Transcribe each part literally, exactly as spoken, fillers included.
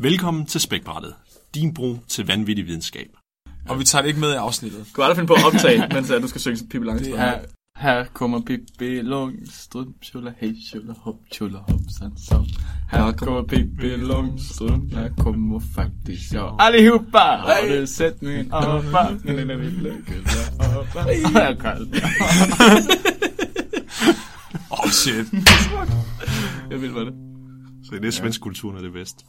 Velkommen til Spækbrættet, din bro til vanvittig videnskab. Og vi tager det ikke med i afsnittet. Du kan aldrig finde på at optage, mens du skal synge Pippi Langstrømpe. Her, her kommer Pippi Langstrømpe, tjuller hey, tjuller hop, tjuller hop, sådan så. Her kommer Pippi Langstrømpe, her kommer faktisk jeg. Allihopa, har du set min oppa? Åh, shit. Jeg vil være det. Så det er svensk kultur, når det er bedst.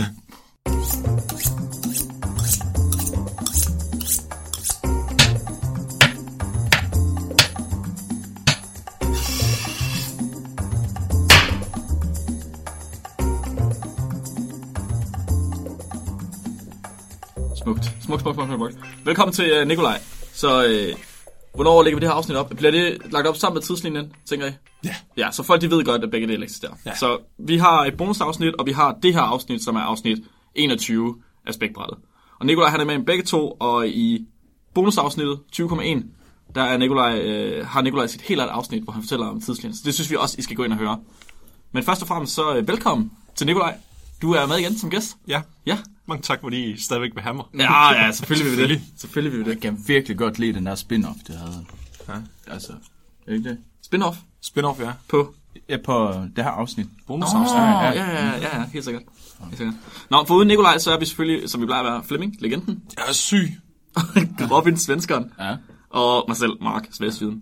Smukt. Smukt, smukt, smukt, smukt. Velkommen til uh, Nikolaj. Så øh, hvornår lægger vi det her afsnit op? Bliver det lagt op sammen med tidslinjen, tænker I? Ja. Ja, så folk de ved godt, at begge dele eksisterer. Ja. Så vi har et bonusafsnit, og vi har det her afsnit, som er afsnit enogtyve af Spækbrættet. Og Nikolaj han er med i begge to, og i bonusafsnittet tyve komma en, der er Nikolaj, øh, har Nikolaj sit helt andet afsnit, hvor han fortæller om tidslinjen. Så det synes vi også, I skal gå ind og høre. Men først og fremmest så øh, velkommen til Nikolaj. Du er med igen som gæst. Ja. Ja. Mange tak, fordi I stadigvæk vil have mig. Ja, ja, selvfølgelig vil vi det. Selvfølgelig vil vi det. Jeg kan virkelig godt lide den der spin-off, det havde. Ja. Altså, er ikke det? Spin-off Spin-off, ja. på... Ja, på det her afsnit. Bonusafsnit. Oh, ja, ja, ja, ja, ja, helt sikkert. Helt sikkert. Nå, for uden Nikolaj, så er vi selvfølgelig, som vi plejer at være, Flemming, legenden. Jeg er syg. Robin, svenskeren. Ja. Og mig selv, Mark, Svæsviden.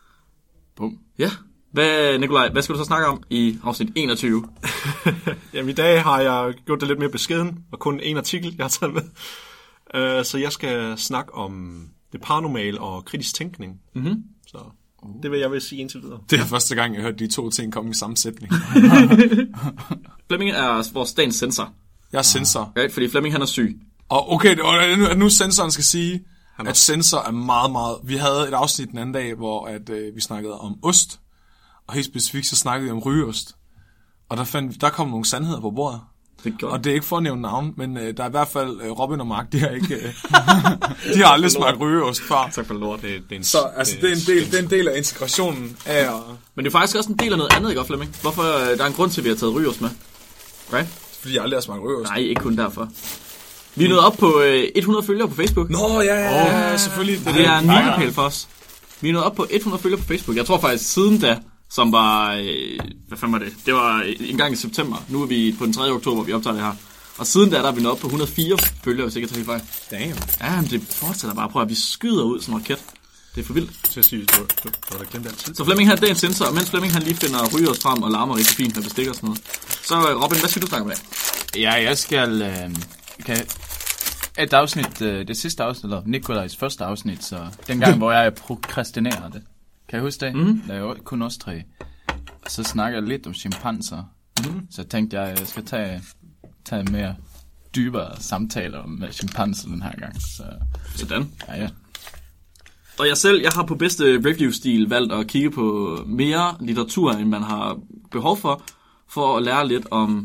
Bum. Ja. Hvad, Nikolaj, hvad skal du så snakke om i afsnit enogtyve? Jamen i dag har jeg gjort det lidt mere beskeden, og kun en artikel, jeg har taget med. Uh, så jeg skal snakke om det paranormale og kritisk tænkning. Mm-hmm. Så det vil jeg vil sige indtil videre. Det er første gang, jeg har hørt de to ting komme i samme sætning. Flemming er vores dagens sensor. Jeg er sensor. Okay, fordi Flemming han er syg. Og okay, og nu, nu sensoren skal sige, at sensor er meget, meget... Vi havde et afsnit den anden dag, hvor at, øh, vi snakkede om ost. Og helt specifikt, så snakkede vi om rygeost. Og der, fandt, der kom nogle sandheder på bordet. Det er godt. Og det er ikke for at nævne navn, men øh, der er i hvert fald øh, Robin og Mark, de har ikke... Øh, de har aldrig smagt rygeost før. Tak for lort. Det, det er en, Så altså, det er, en del, det er en del af integrationen af... Men det er faktisk også en del af noget andet, ikke, Flemming? Hvorfor øh, der er en grund til, at vi har taget rygeost med? Right? Fordi jeg aldrig har smagt rygeost. Nej, ikke kun derfor. Vi er nået op på øh, hundrede følgere på Facebook. Nå, ja, ja, ja, selvfølgelig. Det, det er en milepæl for os. Vi er nået op på hundrede følgere på Facebook. Jeg tror faktisk, siden da, som var... Øh, hvad fanden var det? Det var en gang i september. Nu er vi på den tredje oktober, vi optager det her. Og siden da, der er vi nået op på hundrede og fire følgere, hvis ikke jeg tager helt fejl. Damn. Ja, men det fortsætter bare. Prøv at vi skyder ud som en raket. Det er for vildt. til at sige, du, du, du har glemt altid. Så Flemming har dagens sensor, og mens Flemming han lige finder rygeost frem og larmer rigtig fint med bestik og sådan noget. Så Robin, hvad skal du snakke om i dag? Ja, jeg skal... Øh, kan, et afsnit, øh, det sidste afsnit, eller Nikolajs første afsnit, så dengang, hvor jeg prokrastinerer det. Kan jeg huske det? Mm. Der er jo kun os tre. Så snakker jeg lidt om chimpanser. Mm. Så tænkte jeg, at jeg skal tage, tage mere dybere samtaler med chimpanser den her gang. Så, Sådan. ja, ja. Og jeg selv, jeg har på bedste review-stil valgt at kigge på mere litteratur, end man har behov for, for at lære lidt om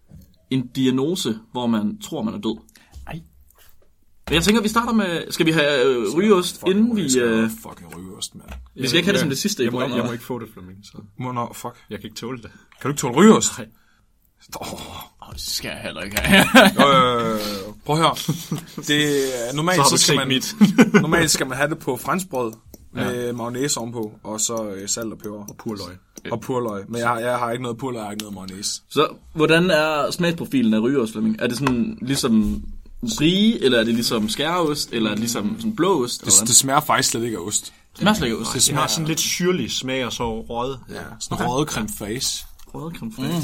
en diagnose, hvor man tror, man er død. Ej. Men jeg tænker, vi starter med... Skal vi have øh, rygeost, inden vi... Øh, Fucking rygeost, mand. vi skal ikke have det som det sidste i Jeg må, programmet. jeg må ikke få det, Flemming, så Må, nå, fuck. jeg kan ikke tåle det. Kan du ikke tåle rygeost? Nej. Åh, Oh, det skal jeg heller ikke have. øh, prøv at høre. Det, er- normalt, Så har så, du skal ikke man, mit. normalt skal man have det på franskbrød med ja. mayonnaise ovenpå, og så øh, salt og peber. Og purløg. Og purløg. Men jeg, har- jeg har ikke noget purløg, jeg har ikke noget mayonnaise. Så hvordan er smagsprofilen af rygeost, Flemming? Er det sådan ligesom rige, eller er det ligesom skæreost, eller er det ligesom sådan blåost? Det, det smager faktisk slet ikke af ost. Det smager slet ikke af ost. Det Det har smager sådan lidt syrlig smag og så røget. ja, sådan okay. røget creme fraiche. Røde creme fraiche. Mm.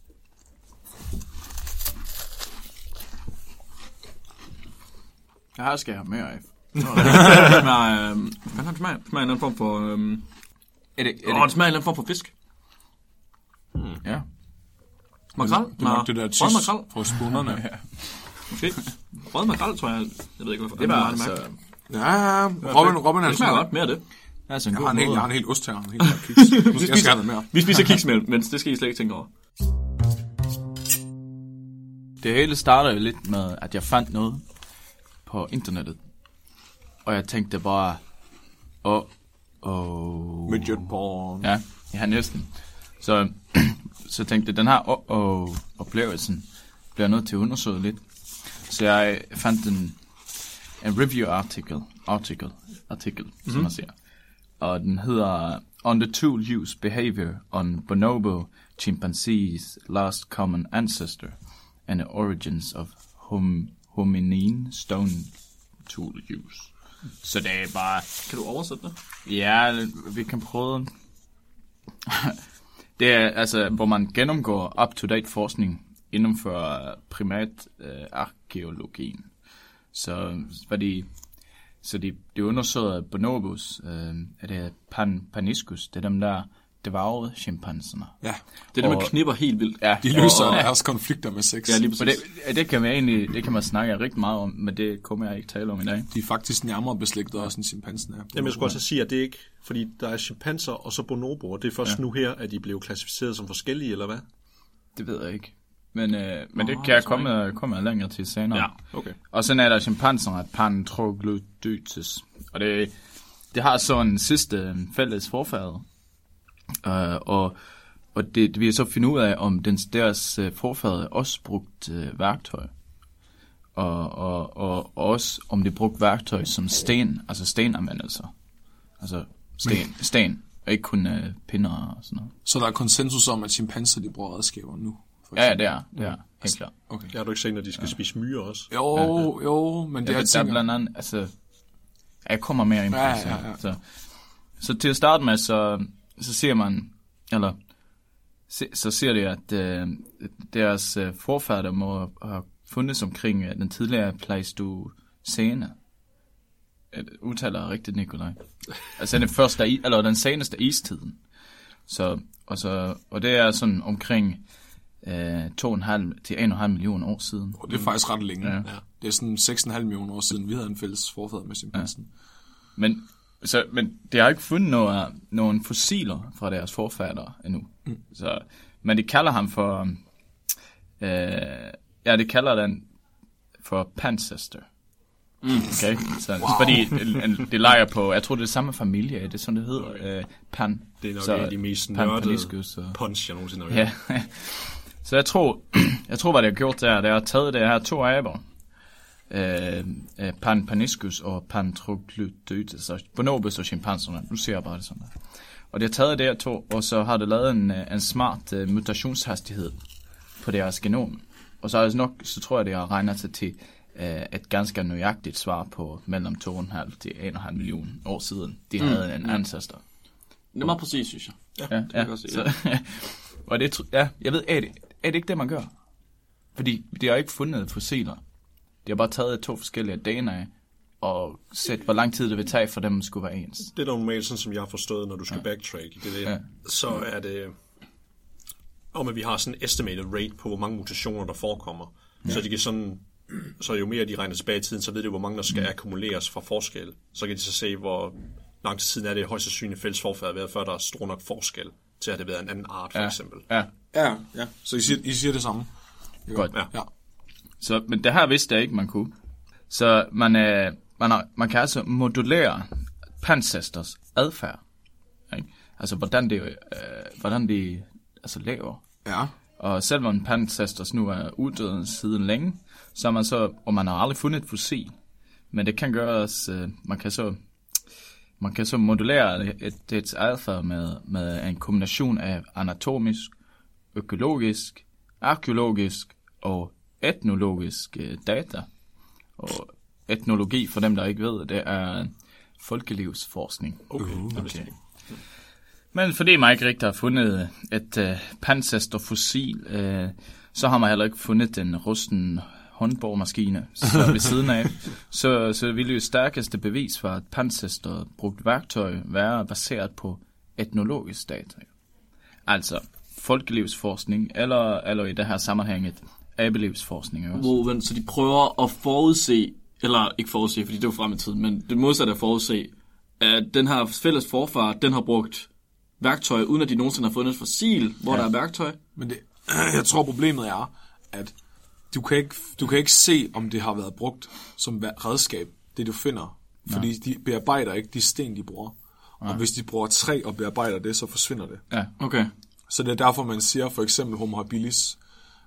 Jeg skal have mere af. Det smager, øh, hvad har det smag? Det smager en eller anden form for... Øh, Er det, Åh, det smager en eller anden form for fisk. Ja. Makrel? Det er nok det der Rød tis makrel? på spunerne. Måske. Rød makrel, tror jeg. Jeg ved ikke, hvorfor. Det var altså... altså... Ja, Robin, Robin er Det smager godt. Mere af det. Altså en Jeg god har en hel, måde. jeg har en hel ost her. En hel der kiks. Nu skal jeg skal have noget mere. Vi spiser kiksmælk, men det skal I slet ikke tænke over. Det hele starter jo lidt med, at jeg fandt noget på internettet. Og jeg tænkte bare... Åh... Oh, Midget porn. Ja, ja, næsten. Så, så tænkte jeg, den her åh, oh, oh, oplevelsen, bliver nødt til at undersøge lidt. Så jeg fandt en, en review article, article, article mm-hmm. som man siger. Og den hedder On the Tool Use Behavior on Bonobo Chimpanzees Last Common Ancestor and the Origins of hom- Hominin Stone Tool Use. Så det er bare... Kan du oversætte det? Ja, vi kan prøve. Det er altså, hvor man gennemgår up-to-date forskning inden for primat øh, arkeologien. Så fordi så de, de undersøger bonobos, øh, er det pan, paniscus, det er dem der devourede chimpanserne. Ja. Det er dem, der knipper helt vildt. Ja, de løser og, deres konflikter med sex. Ja, lige præcis. Det, det kan man egentlig, det kan man snakke rigtig meget om, men det kommer jeg ikke tale om i dag. De er faktisk nærmere beslægtet også, end chimpansen er. Jamen, jeg skulle også sige, at det ikke, fordi der er chimpanser og så bonoboer. Det er først ja. nu her, at de blev klassificeret som forskellige, eller hvad? Det ved jeg ikke. Men, øh, men det oh, kan jeg komme, komme længere til senere. Ja, okay. Og så er der chimpanserne, Pantroglodytes. Og det, det har så en sidste fælles forfader. Uh, og og det, det vil jeg så finde ud af, om den, deres uh, forfader også brugt uh, værktøj. Og, og, og, og også om det brugt værktøj som sten, altså stenanvendelser. Altså sten, sten og ikke kun uh, pinder og sådan noget. Så der er konsensus om, at chimpanser de bruger redskaber nu? Ja, ja, det er, det er helt klart. Okay. Jeg har du ikke set, når de skal ja. spise myrer også? Jo, ja, jo, men det ja, er der er blandt andet, altså, jeg kommer mere ind på ja, ja, ja. Så, så til at starte med, så, så ser man, eller, så, så ser det, at øh, deres øh, forfædre må have fundet omkring øh, den tidligere Pleistocene. Udtaler jeg rigtigt, Nikolaj? Altså den første, eller den seneste istiden. Så, og, så, og det er sådan omkring øh, to komma fem til en komma fem millioner år siden. Og det er faktisk ret længe. Ja. Ja. Det er sådan seks komma fem millioner år siden, vi havde en fælles forfader med chimpansen. Ja. Men, så, men det har ikke fundet noget, nogle fossiler fra deres forfædre endnu. Mm. Så, men de kalder ham for, øh, ja, de kalder den for Pancestor. Mm. Okay, så wow. Fordi det leger på, jeg tror det er samme familie, det er sådan det hedder, okay. øh, Pan. Det er nok så, en af de mest nørdede punch, jeg nogensinde har hørt. Ja. Så jeg tror, jeg tror, hvad det har gjort der, det har taget det her to aber, øh, Pan paniscus og Pantroglodytes, altså bonobos og chimpanserne, nu ser jeg bare det sådan der. Og det har taget det her to, og så har det lavet en, en smart uh, mutationshastighed på deres genom. Og så, altså nok, så tror jeg, det har regnet sig til et ganske nøjagtigt svar på mellem to komma fem til en komma fem millioner år siden. De mm. havde en ancestor. Det er meget præcis, synes jeg. Ja, ja, det ja, sige, så, ja. Og det, ja, jeg ved, er det, er det ikke det, man gør? Fordi de har ikke fundet fossiler. De har bare taget to forskellige D N A og set, hvor lang tid det vil tage for dem at skulle være ens. Det er normalt, sådan som jeg har forstået, når du skal ja. backtrack i det der. Ja. Så er det om, at vi har sådan en estimated rate på, hvor mange mutationer, der forekommer. Ja. Så de kan sådan... Så jo mere de regner tilbage i tiden, så ved de, hvor mange der skal mm. akkumuleres fra forskel. Så kan de så se, hvor lang tid siden er det højst sandsynligt fælles forfærd været, før der er stor nok forskel til, at det har været en anden art, for ja. eksempel. Ja. Ja, ja. Så I siger, I siger det samme? Godt. Ja. ja. Så, men det her vidste jeg ikke, man kunne. Så man, øh, man, har, man kan altså modulere pancestors adfærd. Ikke? Altså, hvordan de, øh, hvordan de altså, lever. Ja. Og selvom pancestors nu er uddøde siden længe, så man så, og man har aldrig fundet et fossil, men det kan gøres, øh, man kan så, man kan så modulere et, et adfærd med, med en kombination af anatomisk, økologisk, arkeologisk og etnologisk øh, data. Og etnologi, for dem der ikke ved, det er folkelivsforskning. Okay. okay. Men fordi man ikke rigtig har fundet et uh, pancestor-fossil, uh, så har man heller ikke fundet en rusten håndborgmaskine så ved siden af. Så, så ville jo stærkeste bevis for, at pancestor brugt værktøj være baseret på etnologisk data. Altså folkelivsforskning, eller, eller i det her sammenhæng et abelivsforskning også. Hvor, så de prøver at forudse, eller ikke forudse, fordi det er jo frem i tiden, men det modsatte at forudse, at den her fælles forfar, den har brugt værktøj, uden at de nogensinde har fundet et fossil, hvor ja. der er værktøj. Men det, jeg tror, problemet er, at du kan, ikke, du kan ikke se, om det har været brugt som redskab, det du finder. Fordi ja. de bearbejder ikke de sten, de bruger. Ja. Og hvis de bruger træ og bearbejder det, så forsvinder det. Ja, okay. Så det er derfor, man siger for eksempel Homo habilis,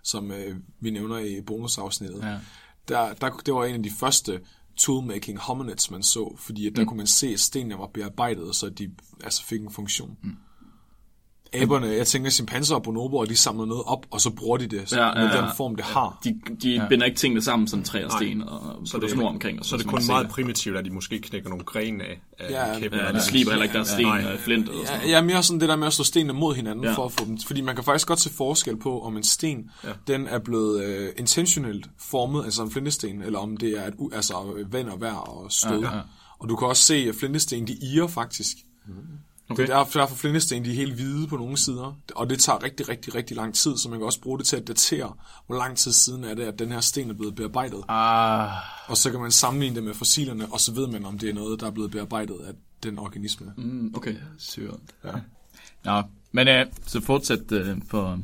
som øh, vi nævner i bonusafsnittet. Ja. Der, der, det var en af de første toolmaking hominids, man så, fordi at der mm. kunne man se, at stenene var bearbejdet, så de altså fik en funktion. Mm. Aberne, jeg tænker, chimpanser og bonoboer, de samler noget op, og så bruger de det ja, ja, med ja. den form, det har. De, de ja. binder ikke tingene sammen som træ og sten, og så det snor omkring. Og så, så er det kun meget primitivt, at de måske knækker nogle grene af, af ja, kæppen. Ja, de sliber heller ikke deres sten og flint. Og sådan ja, ja, mere sådan det der med at slå stenene mod hinanden ja. for at få dem. Fordi man kan faktisk godt se forskel på, om en sten, ja. den er blevet uh, intentionelt formet, altså en flintesten, eller om det er et, altså vand og vejr og stød. Ja, ja. Og du kan også se, at flintesten, de irer faktisk. Mm. Okay. Det er derfor flintesten, de er helt hvide på nogle sider, og det tager rigtig, rigtig, rigtig lang tid, så man kan også bruge det til at datere, hvor lang tid siden er det, at den her sten er blevet bearbejdet. Ah. Og så kan man sammenligne det med fossilerne, og så ved man, om det er noget, der er blevet bearbejdet af den organisme. Mm, okay, syret. Ja. Nå, men øh, så fortsæt øh, på,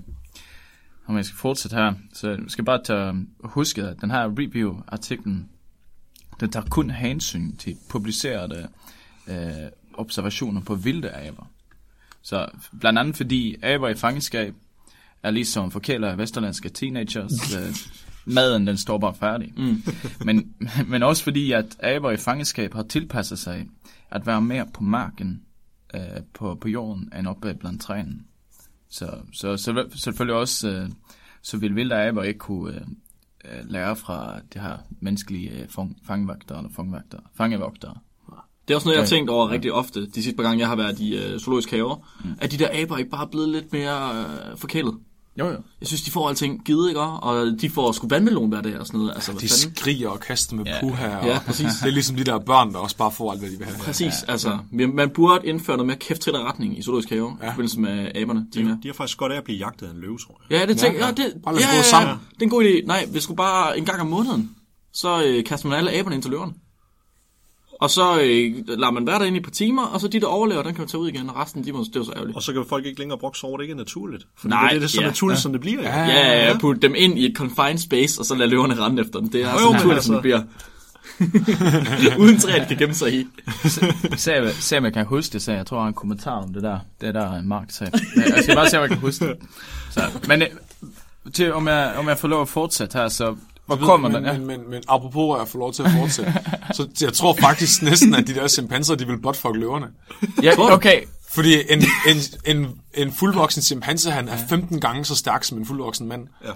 om jeg skal fortsætte her, så jeg skal bare tage, huske, at den her review-artiklen, den tager kun hensyn til publicerede øh, observationer på vilde aber. Så blandt andet fordi aber i fangenskab er ligesom forkæler vesterlandske teenagers. øh, maden, den står bare færdig. Mm. men, men også fordi, at aber i fangenskab har tilpasset sig at være mere på marken øh, på, på jorden end oppe blandt træerne. Så, så, så selvfølgelig også øh, så vil vilde aber ikke kunne øh, lære fra det her menneskelige øh, fangevagter eller fangevagter, fangevogtere. Det er også noget, jeg har tænkt over rigtig ofte, de sidste par gange, jeg har været i øh, zoologiske haver, mm. at de der aber ikke bare er blevet lidt mere øh, forkælet. Jo, jo. Jeg synes, de får alting givet, ikke? Og de får sgu vandmelon hver dag og sådan noget. Altså, ja, de skriger og kaster med ja. puha. Ja, præcis. Det er ligesom de der børn, der også bare får alt, hvad de vil have. Præcis, ja. altså. Man burde indføre noget mere kæft til retning i zoologiske haver, ja. i forbindelse med aberne. De, de, de har faktisk godt af at blive jagtet af en løve, tror jeg. Ja, det tænker jeg. Ja, ja. ja, det, ja, ja, sammen. Det er en god idé. Nej, vi skulle bare en gang om måneden, så øh, kaster man alle aberne ind til løverne. Og så øh, lader man være derinde i et par timer, og så de, der overlever, den kan man tage ud igen, og resten, de må støve så ærgerligt. Og så kan folk ikke længere brokse over, det ikke er naturligt. For Nej, det er det så ja. naturligt, ja. som det bliver. Ja, ja, ja, ja. Putte dem ind i et confined space, og så lade løverne rende efter dem. Det er så naturligt, som det bliver. Uden træ, de kan gemme sig i. Se, om jeg kan huske det, så jeg tror, jeg har en kommentar om det der. Det der er en Mark sagde. Jeg skal bare se, om jeg kan huske det. Så, men til, om, jeg, om jeg får lov at fortsætte her, så... Hvor kommer men, den? Ja. Men, men, men apropos at få lov til at fortsætte, så jeg tror faktisk næsten, at de der chimpanser, de vil buttfuck løverne. Ja, okay. Fordi en, en, en, en fuldvoksen chimpanse, han er femten gange så stærk som en fuldvoksen mand. Ja.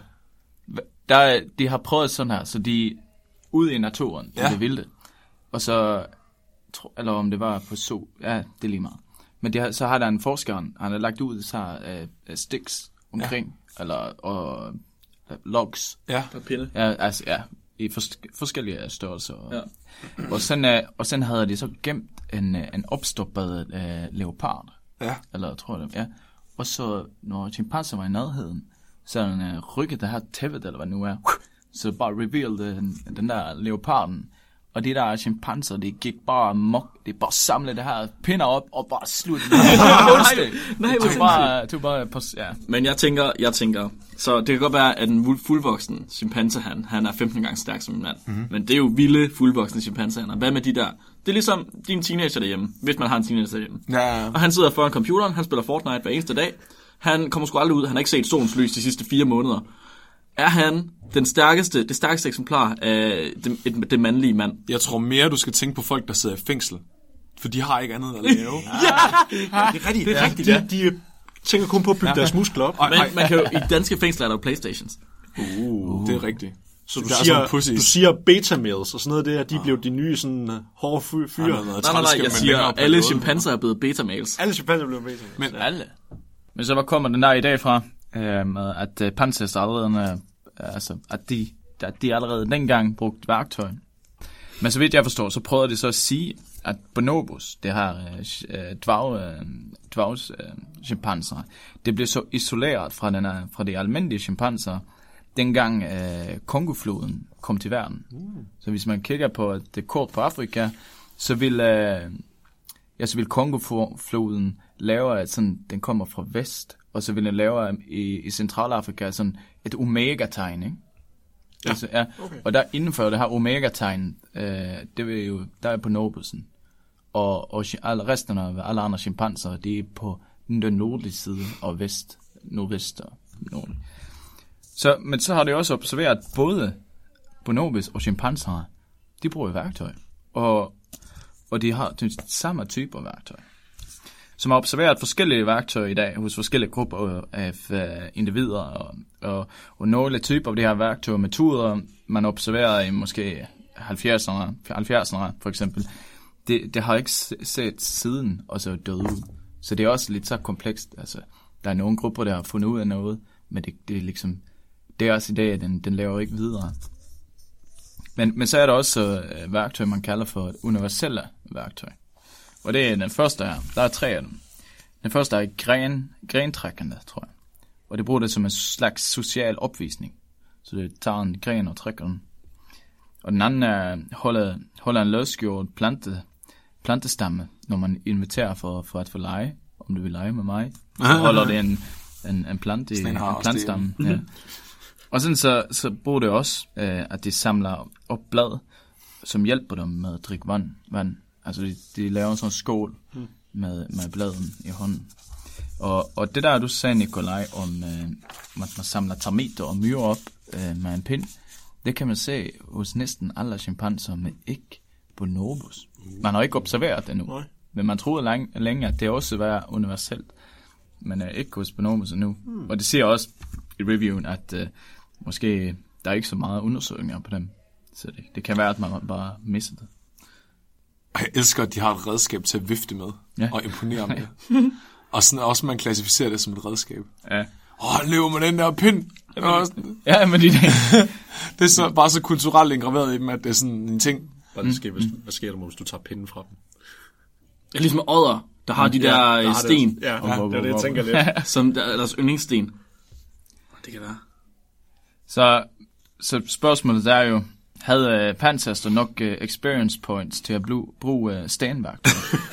Der, de har prøvet sådan her, så de ude i naturen, ja. det vilde. Og så, eller om det var på so, ja, det er lige meget. Men de har, så har der en forsker, han har lagt ud så af uh, sticks omkring, ja. eller og logs. Ja. Ja, altså, ja, i fors- forskellige størrelser. Ja. Og, sådan, og sådan havde de så gemt en, en opstoppet uh, leopard. Ja. Eller tror jeg det, ja. Og så, når chimpanser var i nærheden, så den uh, rykket det her tæppet, eller hvad nu er, så bare revealede den, den der leoparden. Og de der chimpanser, de gik bare mok, de bare samlede det her pinder op, og bare sluttede det. nej, nej, det tog bare, tog bare på, ja. Men jeg tænker, jeg tænker, så det kan godt være, at en fuldvoksen chimpanse, han, han er femten gange stærk som en mand. Mm-hmm. Men det er jo vilde fuldvoksne chimpanser. Hvad med de der? Det er ligesom din teenager derhjemme, hvis man har en teenager derhjemme. Ja. Og han sidder foran computeren, han spiller Fortnite hver eneste dag. Han kommer sgu aldrig ud, han har ikke set solens lys de sidste fire måneder. Er han den stærkeste, det stærkeste eksemplar af det, det, det mandlige mand? Jeg tror mere, du skal tænke på folk, der sidder i fængsel. For de har ikke andet at lave. ja, det er rigtigt. Det er rigtigt, ja. De, de tænker kun på at bygge ja. deres muskler op. Men man kan jo, i danske fængsler er der jo Playstations. Uh, uh. Det er rigtigt. Så du siger, du siger beta-males og sådan noget, det er, de uh. blev de nye sådan uh, hårde fyre. Nej, nej, nej, nej, jeg siger, alle chimpanser er blevet beta-males. Alle chimpanser er blevet beta-males. Men alle. Men så hvor kommer den der i dag fra? Øh, at uh, Panzers allerede, uh, altså, at de, at de allerede dengang brugte værktøj. Men så vidt jeg forstår, så prøvede de så at sige, at bonobos, det her uh, dvag, uh, dvags uh, chimpanser, det blev så isoleret fra, den, uh, fra de almindelige chimpanser, dengang uh, Kongofloden kom til verden. Mm. Så hvis man kigger på det kort på Afrika, så vil, uh, ja, så vil Kongofloden lave, sådan, den kommer fra vest, og så vil den lave i, i Centralafrika sådan et omega-tegn, ikke? Ja. Altså, ja. Okay. Og der indenfor det her omega-tegn, øh, det vil jo, der er på Nobusen. Og, og alle resten af alle andre chimpanser, de er på den nordlige side og vest, nordvest og nord. Så, men så har de også observeret, at både bonobos og chimpanser, de bruger værktøj. Og, og de har de samme typer værktøj. Som har observeret forskellige værktøjer i dag hos forskellige grupper af uh, individer. Og, og, og nogle typer af de her værktøjer og metoder, man observerer i måske halvfjerdserne, halvfjerdserne for eksempel, det, det har ikke set siden og så døde ud. Så det er også lidt så komplekst. Altså, der er nogle grupper, der har fundet ud af noget, men det, det er ligesom, det er også i dag, at den, den laver ikke videre. Men, men så er der også uh, værktøj, man kalder for universelle værktøj. Og det er den første her. Der er tre af dem. Den første er gren, grentrækkende, tror jeg. Og det bruger det som en slags social opvisning. Så det tager en gren og trækker den. Og den anden er, holder, holder en løsgjort plante, plantestamme, når man inviterer for, for at få lege. Om du vil lege med mig. Så holder det en, en, en plante i en plantestamme. Ja. Og sådan så, så bruger det også, øh, at de samler op blad, som hjælper dem med at drikke vand. vand. Altså de, de laver sådan en skål med, med bladen i hånden. Og, og det der, du sagde, Nikolaj, om øh, at man samler termiter og myrer op øh, med en pind, det kan man se hos næsten alle chimpanser, men ikke bonobos. Man har ikke observeret det endnu. Men man troede længe, længe at det også var universelt. Men øh, ikke hos bonobos endnu. Mm. Og det siger også i reviewen, at øh, måske der er ikke så meget undersøgninger på dem. Så det, det kan være, at man bare misser det. Jeg elsker, at de har et redskab til at vifte med, ja. Og imponere med. Og sådan også, man klassificerer det som et redskab. Ja. Åh, oh, lever med den der pind. Den er også... Ja, men det, det er så, bare så kulturelt indgraveret i dem, at det er sådan en ting. Hvad sker, hvis, hvad sker der, hvis du tager pinden fra dem? Det er ligesom odder, der har de der, ja, der sten. Det. Ja, ja, det er det, jeg tænker lidt. Som der, deres yndlingssten. Det kan være. Så, så spørgsmålet er jo, havde uh, Pancester nok uh, experience points til at blu- bruge uh, stenværktøj?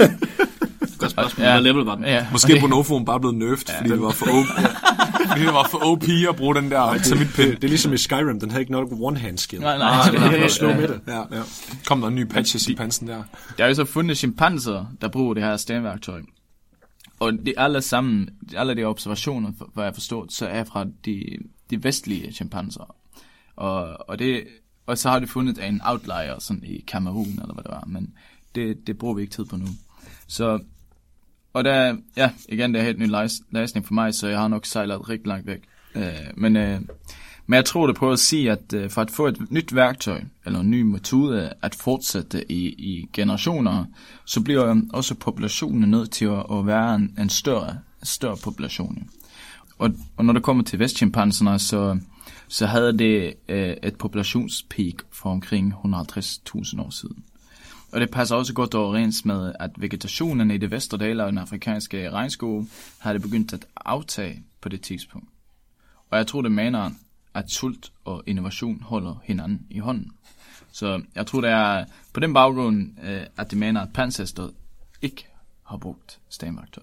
Godt spørgsmål. Ja. Hvad level var den? Ja. Måske er bonofoen bare blevet nerfed, ja. fordi det var for O P. Fordi det var for O P at bruge den der termitpind. Det, det er ligesom i Skyrim, den havde ikke nok one-hand skill. Nej, nej. Det er noget slå med det. Ja. Ja. Kom der en ny patch i chimpansen der. Der er jo så fundet chimpanser, der bruger det her stenværktøj. Og de alle sammen, alle de observationer, hvad jeg forstår, så er fra de, de vestlige chimpanser. Og, og, det, og så har de fundet en outlier sådan i Kamerun, eller hvad det var. Men det, det bruger vi ikke tid på nu. Så, og der, ja, igen, det er helt ny læsning for mig, så jeg har nok sejlet rigtig langt væk. Uh, men, uh, men jeg tror det på at sige, at uh, for at få et nyt værktøj, eller en ny metode at fortsætte i, i generationer, så bliver også populationen nødt til at, at være en, en større, større population. Og, og når det kommer til vestchimpanserne, så, så havde det uh, et populationspeak for omkring et hundrede og halvtreds tusind år siden. Og det passer også godt overens med, at vegetationen i det vestre del af den afrikanske regnskov havde begyndt at aftage på det tidspunkt. Og jeg tror, det mener, at sult og innovation holder hinanden i hånden. Så jeg tror, det er på den baggrund, at de mener, at Pancester ikke har brugt stenværktøj.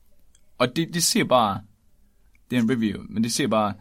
Og de, de siger bare, det er en review, men de siger bare,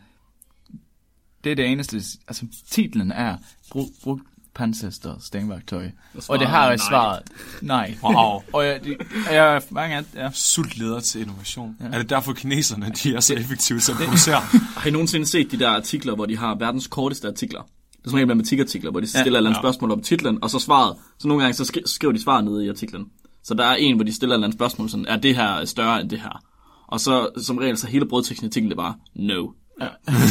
det er det eneste, altså titlen er, brug, brug Pancester stenværktøj. Og det har jeg svaret, nej. Wow. Og jeg, de, jeg mange ja. Sult leder til innovation. Ja. Er det derfor kineserne, de er så effektive til at producere? Har I nogensinde set de der artikler, hvor de har verdens korteste artikler? Det er sådan nogle matematikartikler, hvor de stiller ja. et eller andet spørgsmål om titlen, og så svaret. Så nogle gange så skri- skriver de svaret nede i artiklen. Så der er en, hvor de stiller et eller andet spørgsmål, sådan, er det her større end det her? Og så som regel, så hele brødteksten i artiklen, det er bare, no. Ja.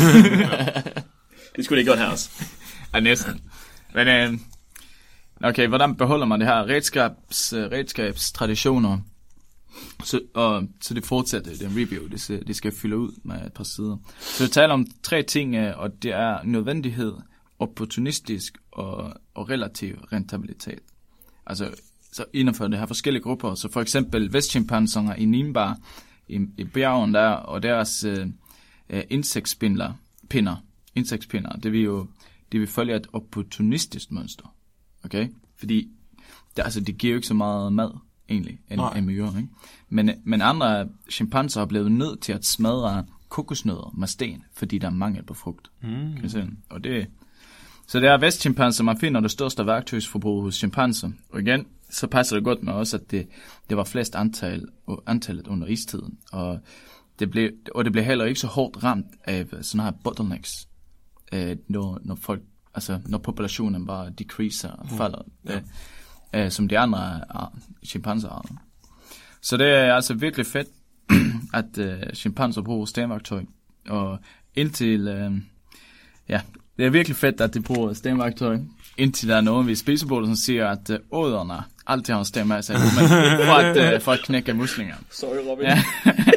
Det skulle det ikke godt her også. Ja, næsten. Men, øh, okay, hvordan beholder man det her redskabs, øh, redskabstraditioner, så, og, så det fortsætter den review, det skal, det skal fylde ud med et par sider. Så vi taler om tre ting, og det er nødvendighed, opportunistisk og, og relativ rentabilitet. Altså, så inden for det her forskellige grupper, så for eksempel vestchimpanserne i Nimba, i, i bjergen der, og deres øh, insektspinder, pinder, insektspinder, det vil jo det vil følge et opportunistisk mønster. Okay? Fordi det, altså, det giver jo ikke så meget mad, egentlig, end, end myrer. Ikke? Men, men andre chimpanser har blevet nødt til at smadre kokosnødder med sten, fordi der er mangel på frugt. Mm. Kan I se? Og det, så det er vestchimpanser, man finder det største værktøjsforbrug hos chimpanser. Og igen, så passer det godt med også, at det, det var flest antal, antallet under istiden. Og det, blev, og det blev heller ikke så hårdt ramt af sådan her bottlenecks, øh, når, når folk, altså når populationen bare decreaser og falder, mm. øh, øh, som de andre chimpanser. Så det er altså virkelig fedt, at øh, chimpanser bruger stemværktøj, og indtil, øh, ja, det er virkelig fedt, at de bruger stemværktøj, indtil der er nogen ved spisebordet, som siger, at øh, åderne altid har en stemme af sig, men for at, øh, for at knække muslinger. Sorry, Robin. Ja.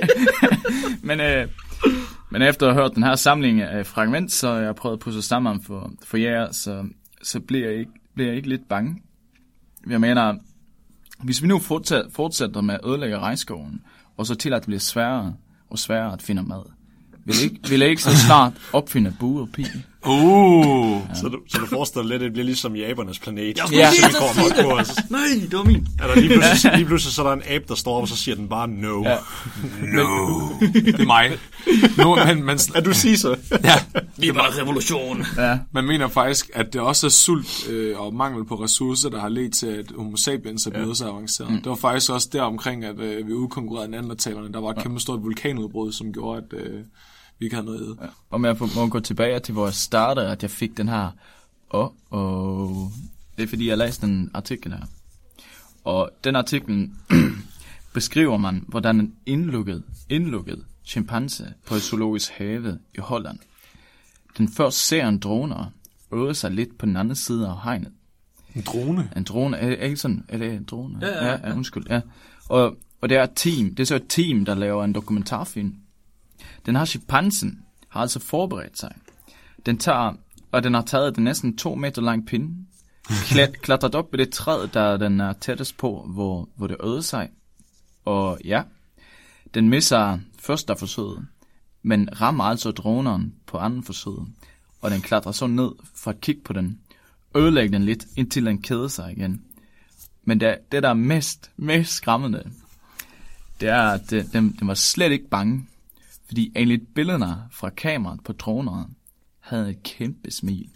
men, øh, men efter at have hørt den her samling af fragment, så jeg har prøvet at pusse sammen for, for jer, så, så bliver, jeg ikke, bliver jeg ikke lidt bange. Jeg mener, hvis vi nu fortsætter, fortsætter med at ødelægge regnskoven, og så til at det bliver sværere og sværere at finde mad, vil jeg ikke, vil jeg ikke så snart opfinde bue og pige? Uh, ja. så, du, så du forestiller lidt, at det bliver ligesom japanernes planet. Jeg skulle ja. lige så sige det. Nej, det var min. Er der lige pludselig, lige pludselig så er der en abe, der står op, og så siger den bare no. Ja. No. Det er mig. No, man, man, er du siger så? Ja. Vi var revolution. Ja. Man mener faktisk, at det også er sult øh, og mangel på ressourcer, der har ledt til, at homo sapiens er blevet ja. så avanceret. Mm. Det var faktisk også der omkring, at øh, vi udkonkurrerede neandertalerne. Der var et kæmpe stort vulkanudbrud, som gjorde, at øh, vi ikke havde noget. Ja. Om jeg må gå tilbage til, hvor jeg startede, at jeg fik den her, og oh, oh. det er fordi, jeg læste en artikel her. Og den artikel beskriver man, hvordan en indlukket, indlukket chimpanse på et zoologisk have i Holland, den først ser en drone øde sig lidt på den anden side af hegnet. En drone? En drone, er det ikke sådan? Er det en drone? Ja, ja, ja. ja, ja undskyld, ja. Og, og det er et team, det er så et team, der laver en dokumentarfilm. Den her chimpansen har altså forberedt sig. Den tager, og den har taget den næsten to meter lang pinde, klat, klatret op i det træ, der den er tættest på, hvor, hvor det øde sig. Og ja, den misser første forsøget, men rammer altså droneren på anden forsøget. Og den klatrer så ned for at kigge på den, ødelægge den lidt, indtil den keder sig igen. Men det, det der er mest, mest skræmmende, det er, at den, den var slet ikke bange. Fordi egentlig billederne fra kameraet på droneren havde et kæmpe smil.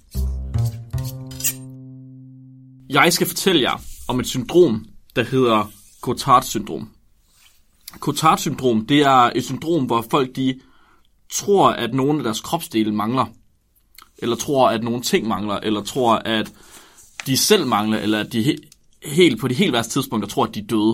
Jeg skal fortælle jer om et syndrom, der hedder Cotard-syndrom. Cotard-syndrom, det er et syndrom, hvor folk de tror, at nogle af deres kropsdele mangler. Eller tror, at nogle ting mangler. Eller tror, at de selv mangler. Eller at de he- helt på de helt værste tidspunkter tror, at de er døde.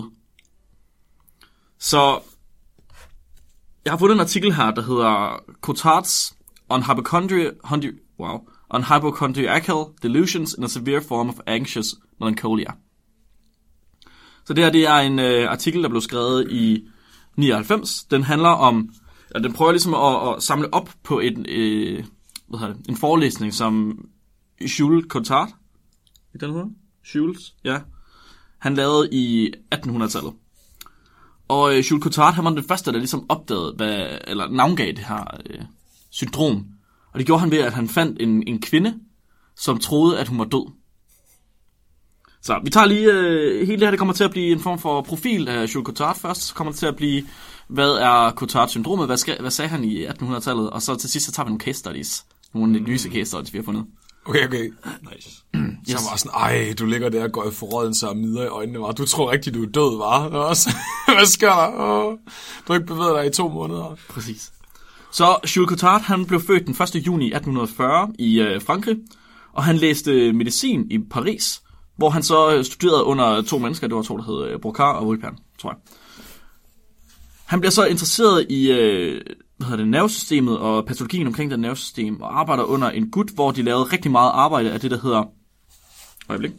Så jeg har fundet en artikel her, der hedder Cotard's on hypochondri- wow, on hypochondriacal delusions in a severe form of anxious melancholia. Så det her, det er en øh, artikel, der blev skrevet i nioghalvfems. Den handler om, ja, den prøver ligesom at, at samle op på en, øh, hvad hedder det, en forelæsning, som Jules Cotard, er den hedder? Jules, ja. Han lavede i attenhundredetallet. Og øh, Jules Cotard, han var den første, der ligesom opdagede, hvad, eller navngav det her øh, syndrom. Og det gjorde han ved, at han fandt en, en kvinde, som troede, at hun var død. Så vi tager lige, øh, hele det her, det kommer til at blive en form for profil af Jules Cotard først. Så kommer det til at blive, hvad er Cotard-syndromet, hvad, skal, hvad sagde han i attenhundredetallet, og så til sidst, så tager vi nogle case studies. Nogle mm. lyse case studies, vi har fundet. Okay, okay. Nice. Yes. Så var sådan, ej, du ligger der og går i forråden, så midler i øjnene, var. Du tror rigtigt, du er død, var. Hvad sker der? Oh, du har ikke bevæget dig i to måneder. Præcis. Så Jules Cotard, han blev født den første juni atten fyrre i øh, Frankrig, og han læste medicin i Paris, hvor han så studerede under to mennesker, det var to, der hed Brocard og Volpern, tror jeg. Han bliver så interesseret i øh, hvad hedder det, nervesystemet og patologien omkring det nervesystem, og arbejder under en gut, hvor de lavede rigtig meget arbejde af det, der hedder... Øjeblik.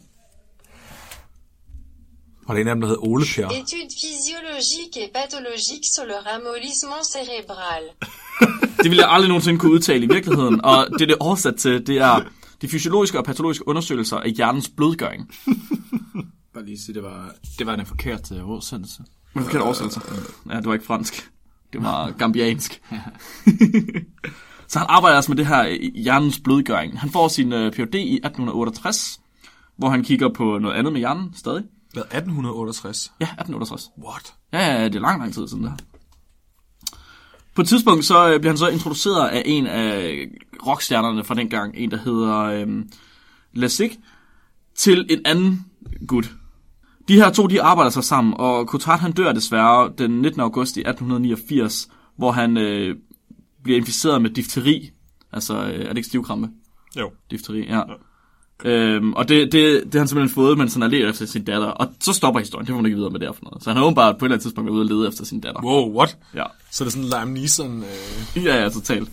Og det er en af dem, der hedder Ole Per. Études physiologiques et pathologiques sur le ramollissement cérébral. Det ville jeg aldrig nogensinde kunne udtale i virkeligheden, og det, det er oversat til, det er de fysiologiske og patologiske undersøgelser af hjernens blødgøring. Bare lige sige, det var, det var en forkert uh, oversættelse. En forkert oversættelse? Ja, det var ikke fransk. Det var gambiansk. Så han arbejder altså med det her hjernens blødgøring. Han får sin uh, P H D i atten otteogtres, hvor han kigger på noget andet med hjernen stadig. Hvad, atten otteogtres? Ja, atten otteogtres. What? Ja, ja, det er lang, lang tid siden der. På et tidspunkt så bliver han så introduceret af en af rockstjernerne fra dengang, en der hedder øhm, Lasik, til en anden gut. De her to, de arbejder sig sammen, og Cotard han dør desværre den nittende august i atten niogfirs, hvor han øh, bliver inficeret med difteri Altså, øh, er det ikke stivkrampe? Jo. Difteri, ja. ja. Øhm, og det, det, det har han simpelthen fået, mens han har let efter sin datter. Og så stopper historien, det får man ikke videre med det for noget. Så han har åbenbart på et eller andet tidspunkt været ude og lede efter sin datter. Wow, what? Ja. Så er det sådan Liam Neeson... Øh... Ja, ja, totalt.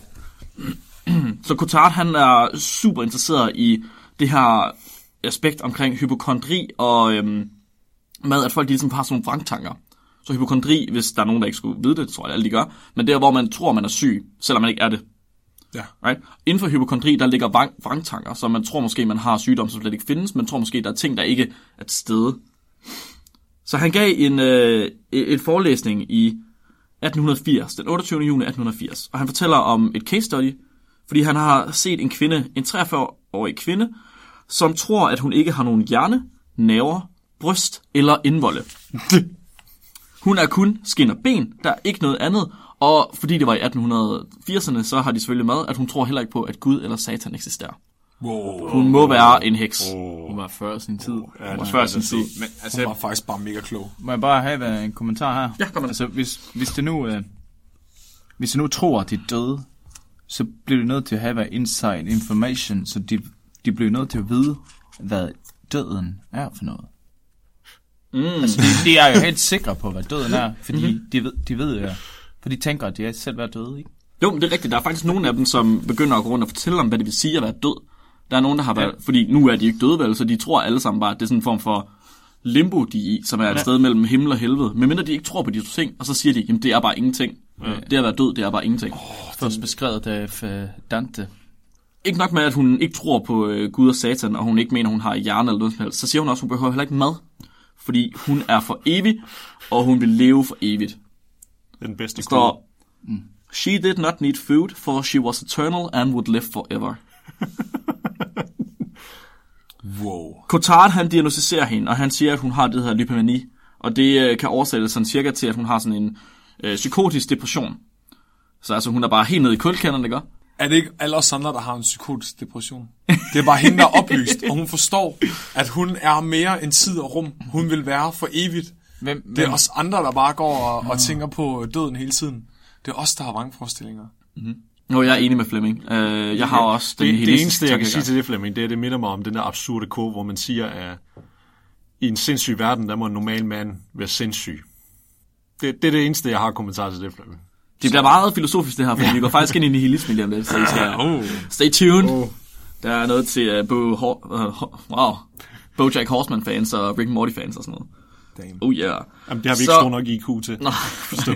Så Cottard, han er super interesseret i det her aspekt omkring hypokondri og øhm, med, at folk ligesom har sådan nogle vrangtanker. Så hypokondri, hvis der er nogen, der ikke skulle vide det, det tror jeg alle de gør, men det er, hvor man tror, man er syg, selvom man ikke er det. Ja. Right? Inden for hypokondri, der ligger vrang, vrangtanker, så man tror måske, man har sygdom, som slet ikke findes, man tror måske, der er ting, der ikke er til stede. Så han gav en, øh, et forelæsning i atten firs, den otteogtyvende juni atten firs, og han fortæller om et case study, fordi han har set en kvinde, en treogfyrre-årig kvinde, som tror, at hun ikke har nogen hjerne, nerver, bryst eller indvolde. Hun er kun skin og ben, der er ikke noget andet, og fordi det var i atten firserne, så har de selvfølgelig med, at hun tror heller ikke på, at Gud eller Satan eksisterer. Wow. Hun må være en heks. Hun var før sin tid. Ja, hun var før sin tid. Men altså, hun var faktisk bare mega klog. Må jeg bare have en kommentar her? Ja, kom med. Altså, hvis, hvis det nu... Øh, hvis det nu tror, at de er døde, så bliver de nødt til at have inside information, så de, de bliver nødt til at vide, hvad døden er for noget. Mm. Altså, de, de er jo helt sikre på, hvad døden er, fordi mm-hmm. de ved, de ved jo, for de tænker, at de er selv været døde, ikke? Jo, men det er rigtigt. Der er faktisk nogle af dem, som begynder at gå rundt og fortælle om, hvad det vil sige at være død. Der er nogen, der har været... Ja. Fordi nu er de ikke døde, vel, så de tror alle sammen bare, at det er sådan en form for limbo, de er i, som er et ja. sted mellem himmel og helvede. Men mindre de ikke tror på de to ting, og så siger de, jamen det er bare ingenting. Ja. Det at være død, det er bare ingenting. Oh, først beskrevet af Dante. Ikke nok med, at hun ikke tror på uh, Gud og Satan, og hun ikke mener, hun har hjerne eller noget som helst, så siger hun også, at hun behøver heller ikke mad. Fordi hun er for evig, og hun vil leve for evigt. Den bedste står, mm. She did not need food, for she was eternal and would live forever. Wow. Cottard, han diagnostiserer hende, og han siger, at hun har det her lipomani, og det øh, kan oversættes sådan cirka til, at hun har sådan en øh, psykotisk depression. Så altså, hun er bare helt nede i kulkænderne, ikke? Er det ikke alle os andre, der har en psykotisk depression? Det er bare hende, der er oplyst, og hun forstår, at hun er mere end tid og rum. Hun vil være for evigt. Hvem, hvem? Det er os andre, der bare går og, og tænker på døden hele tiden. Det er os, der har vrangforestillinger. Mm-hmm. Nå, jeg er enig med Flemming. Uh, jeg ja, har også den det, det eneste, jeg kan sige til det, Flemming, det er, det minder mig om den der absurde kode, hvor man siger, at i en sindssyg verden, der må en normal mand være sindssyg. Det, det er det eneste, jeg har kommentar til det, Flemming. Det bliver meget filosofisk, det her, for ja. vi går faktisk ind i nihilisme lige om lidt, så I skal oh. stay tuned. Oh. Der er noget til uh, Bo, uh, wow, BoJack Horseman-fans og Rick and Morty-fans og sådan noget. Damn. Oh yeah. Jamen, det har vi ikke så... stor nok I Q til. Nå, forstå.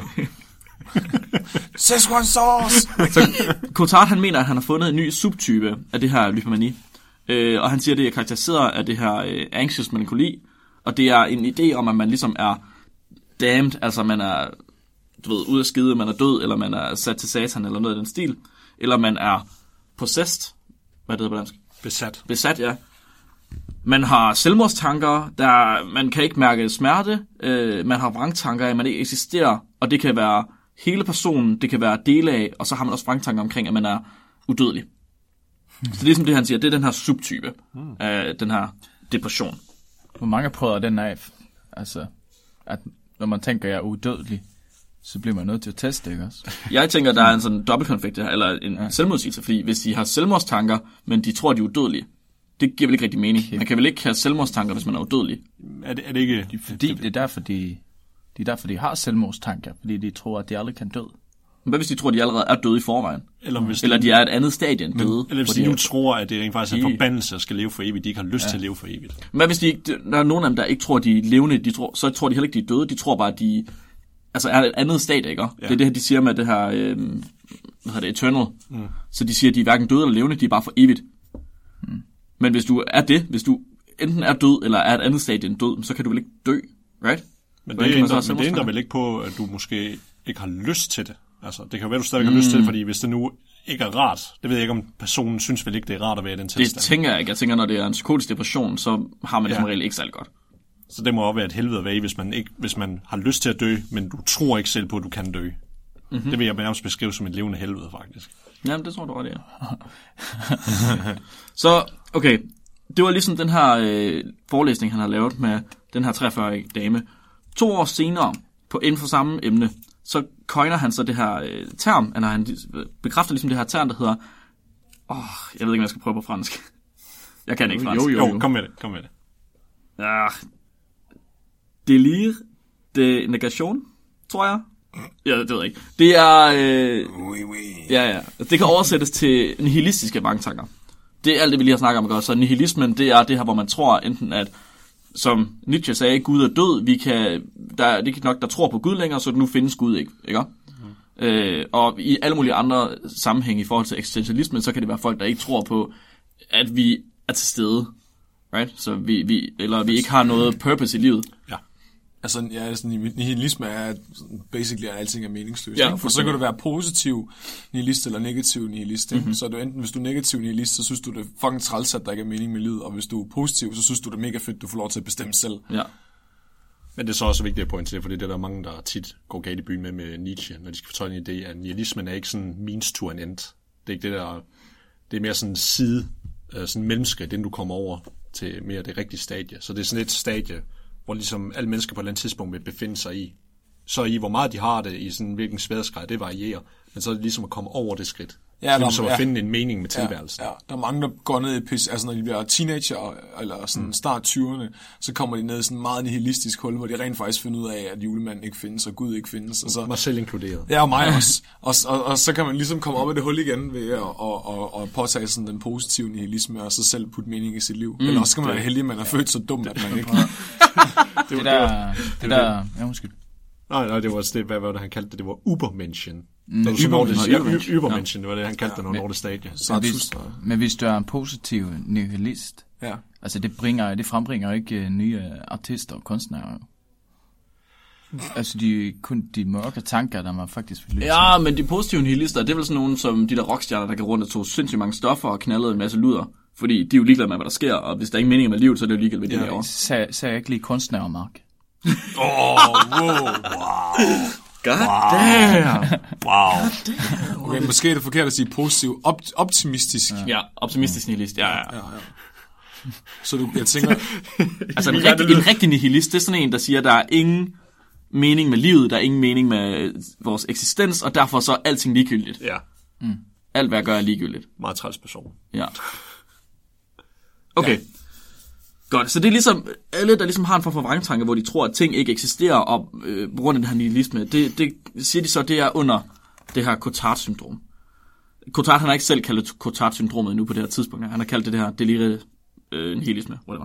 Szechuan sauce! Så Cottard, han mener, at han har fundet en ny subtype af det her lipomani. Øh, og han siger, at det er karakteriseret af det her øh, anxious melankoli. Og det er en idé om, at man ligesom er damned, altså man er, du ved, ude af skide, man er død, eller man er sat til satan, eller noget af den stil. Eller man er possessed. Hvad er det på dansk? Besat. Besat, ja. Man har selvmordstanker, der man kan ikke mærke smerte. Øh, man har vrangtanker, at man ikke eksisterer. Og det kan være hele personen, det kan være dele af, og så har man også vrangtanker omkring, at man er udødelig. Hmm. Så det er som det, han siger, det er den her subtype hmm. af den her depression. Hvor mange prøver den af? Altså, at når man tænker, at jeg er udødelig, så bliver man nødt til at teste det, ikke også? Jeg tænker, der er en sådan dobbeltkonflikt her, eller en ja. selvmodsigelse, fordi hvis de har selvmordstanker, men de tror, de er udødelige, det giver vel ikke rigtig mening. Okay. Man kan vel ikke have selvmordstanker, hvis man er udødelig? Er det, er det ikke... Fordi det er derfor, de... Det er derfor, de har selvmordstanker, fordi de tror, at de aldrig kan dø. Men hvad hvis de tror, at de allerede er døde i forvejen? Eller, hvis eller de er et andet stadie end døde? Eller hvis de nu tror, at det rent faktisk er en forbandelse, at skal leve for evigt, de ikke har lyst ja. til at leve for evigt. Men hvad hvis de ikke, der er nogen af dem, der ikke tror, at de er levende, de tror, så tror de heller ikke, de er døde. De tror bare, at de altså er et andet stadie, ikke? Ja. Det er det her, de siger med det her, øh, hvad hedder det, eternal. Mm. Så de siger, at de er hverken døde eller levende, de er bare for evigt. Mm. Men hvis du er det, hvis du enten er død, eller er et andet stadie end død, så kan du vel ikke dø, right? Men det, ændrer, men det ændrer vel ikke på, at du måske ikke har lyst til det. Altså, det kan jo være, at du stadig mm. har lyst til det, fordi hvis det nu ikke er rart, det ved jeg ikke, om personen synes vel ikke, det er rart at være i den tilstand. Det tænker jeg ikke. Jeg tænker, når det er en psykotisk depression, så har man det ja. som regel ikke særlig godt. Så det må også være et helvede at være i, hvis man, ikke, hvis man har lyst til at dø, men du tror ikke selv på, at du kan dø. Mm-hmm. Det vil jeg nærmest beskrive som et levende helvede, faktisk. Jamen, det tror du godt, det er. Så, okay. Det var ligesom den her øh, forelæsning, han har lavet med den her treogfyrre-årige dame. To år senere, på inden for samme emne, så coiner han så det her øh, term, eller han bekræfter ligesom det her term, der hedder Åh, oh, jeg ved ikke, om jeg skal prøve på fransk. Jeg kan ikke fransk. Jo, jo, jo. Kom med det, kom med det. Ja. Délire de negation, tror jeg. Ja, det ved jeg ikke. Det er... Øh, oui, oui. Ja, ja. Det kan oversættes til nihilistiske vrangtanker. Det er alt det, vi lige har snakket om. Ikke? Så nihilismen, det er det her, hvor man tror enten at, som Nietzsche sagde, Gud er død. Vi kan, der, det er nok, der tror på Gud længere, så nu findes Gud ikke. Ikke? Mm. Øh, og i alle mulige andre sammenhænge i forhold til eksistentialismen, så kan det være folk, der ikke tror på, at vi er til stede. Right? Så vi, vi, eller vi ikke har noget purpose i livet. Ja. Altså, ja, sådan, nihilisme er, at basically, at alting er meningsløst. Ja, for så kan du være positiv nihilist eller negativ nihilist. Mm-hmm. Så er du enten, hvis du er negativ nihilist, så synes du, det er fucking træls, at der ikke er mening med livet. Og hvis du er positiv, så synes du, det er mega fedt, du får lov til at bestemme selv. Ja. Men det er så også vigtigt at pointere, for det er der mange, der tit går galt i byen med med Nietzsche, når de skal fortælle en idé, at nihilismen er ikke sådan means to an end. Det er ikke det der, det er mere sådan side, sådan mellemskridt, inden du kommer over til mere det rigtige stadie. Så det er sådan et stadie, hvor ligesom alle mennesker på et eller andet tidspunkt vil befinde sig i. Så i hvor meget de har det, i sådan hvilken sværhedsgrad, det varierer. Men så er det ligesom at komme over det skridt. Ja, der, som at ja. finde en mening med tilværelsen. Ja, ja. Der er mange, der går ned i pis, altså når de bliver teenager, eller sådan mm. start tyverne, så kommer de ned i sådan en meget nihilistisk hul, hvor de rent faktisk finder ud af, at julemanden ikke findes, og Gud ikke findes. Og så, mig selv inkluderet. Ja, og mig også. Og, og, og så kan man ligesom komme op af det hul igen ved at og, og, og påtage sådan den positive nihilisme, og så selv putte mening i sit liv. Mm. Eller også skal man være heldig, at man er født så dum, at man ikke... det, det der... Det der... Ja, undskyld. Nej, nej, det var det, hvad var det, han kaldte det? Det var Ubermenschen. Mm. Det var Ubermenschen, Ubermenschen, det var det, han kaldte ja. det, når det stadie. Men hvis, men hvis du er en positiv nihilist, ja. altså det, bringer, det frembringer ikke nye artister og kunstnere. Altså de, kun de mørke tanker, der man faktisk vil løse. Ja, men de positive nihilister, det er vel sådan nogen som de der rockstjerner, der kan rundt og tog sindssygt mange stoffer og knaldede en masse luder. Fordi de er jo ligeglade med, hvad der sker, og hvis der er ingen mening med livet, så er det jo ligeglade med det ja. derovre. Så, så er jeg ikke lige kunstner, Mark. Åh, oh, wow, wow. God damn. Wow. Okay, måske er det forkert at sige positiv. Op- optimistisk. Ja, ja optimistisk nihilist, ja, ja. ja, ja. Så du, jeg tænker... altså en rigtig, en rigtig nihilist, det er sådan en, der siger, at der er ingen mening med livet, der er ingen mening med vores eksistens, og derfor så er alting ligegyldigt. Ja. Mm. Alt, hvad jeg gør, er ligegyldigt. Meget træls person. Ja. Okay. Ja. Godt, så det er ligesom, alle der ligesom har en form for vrangtanke, hvor de tror, at ting ikke eksisterer, og øh, på grund af den her nihilisme, det, det siger de så, det er under det her Cotard-syndrom. Cotard, han har ikke selv kaldt Cotard-syndromet nu på det her tidspunkt, han har kaldt det det her delire øh, nihilisme, whatever.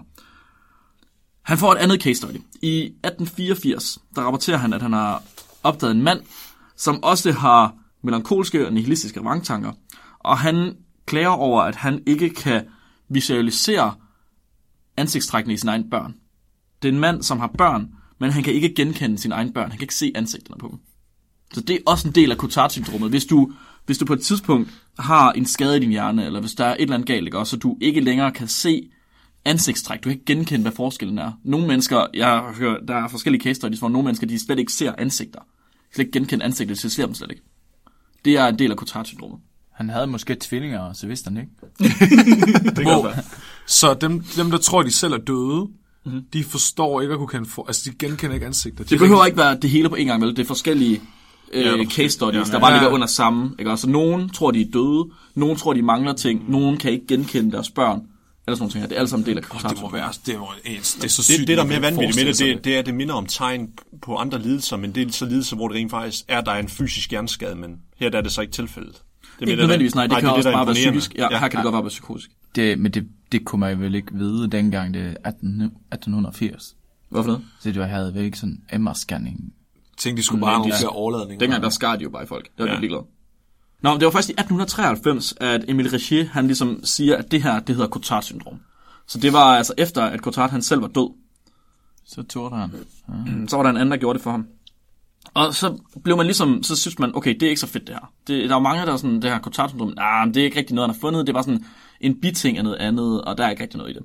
Han får et andet case study. I atten fireogfirs, der rapporterer han, at han har opdaget en mand, som også har melankolske og nihilistiske vrangtanker, og han klager over, at han ikke kan visualisere ansigtstrækkene i sine egne børn. Det er en mand, som har børn, men han kan ikke genkende sine egne børn. Han kan ikke se ansigterne på dem. Så det er også en del af Cotard-syndromet. Hvis du, hvis du på et tidspunkt har en skade i din hjerne, eller hvis der er et eller andet galt, ikke, så du ikke længere kan se ansigtstræk, du kan ikke genkende, hvad forskellen er. Nogle mennesker, jeg har hørt, der er forskellige case studies, hvor nogle mennesker, de slet ikke ser ansigter. De slet ikke genkende ansigter, så ser dem slet ikke. Det er en del af Cotard-syndromet. Han havde måske tvillinger, så vidste han ikke. Det kan være. Så dem, dem, der tror, de selv er døde, mm-hmm. de forstår ikke at kunne kende for, altså de genkender ikke ansigter. Det behøver ikke være det hele på en gang, vel? Det er forskellige øh, ja, case studies, ja, der bare ja. ligger under samme. Ikke? Altså, nogen tror, de er døde, nogen tror, de mangler ting, nogen kan ikke genkende deres børn, eller sådan nogle ting her. Det er alle sammen en del af Cotard. Oh, det må være, det, må, det er så sygt. Det, det der er mere vanvittigt med det, det, det er, at det minder om tegn på andre lidelser, men det er så lidelser, hvor det rent faktisk er, der er en fysisk hjerneskade, men her der er det så ikke tilfældet. Det ikke nødvendigvis, nej, det nej, kan det, også bare være psykisk. Ja, ja, her kan det godt bare være psykotisk. Det, men det, det kunne man vel ikke vide dengang, det er atten firs. Hvorfor noget? Så du havde vel ikke sådan M R-scanning. Tænkte, de skulle bare have nogle overladninger. Dengang der skar de jo bare i folk. Det var ja. ligeglade. Nå, det var først i atten treoghalvfems, at Emile Richier, han ligesom siger, at det her, det hedder Cotard-syndrom. Så det var altså efter, at Cotard han selv var død. Så tog han. Ja. Så var der en anden, der gjorde det for ham. Og så blev man ligesom, så synes man, okay, det er ikke så fedt det her. Det, der er mange, der er sådan, det her Cotard-syndrom, nah, det er ikke rigtig noget, han har fundet. Det var sådan en biting af noget andet, og der er ikke rigtig noget i det.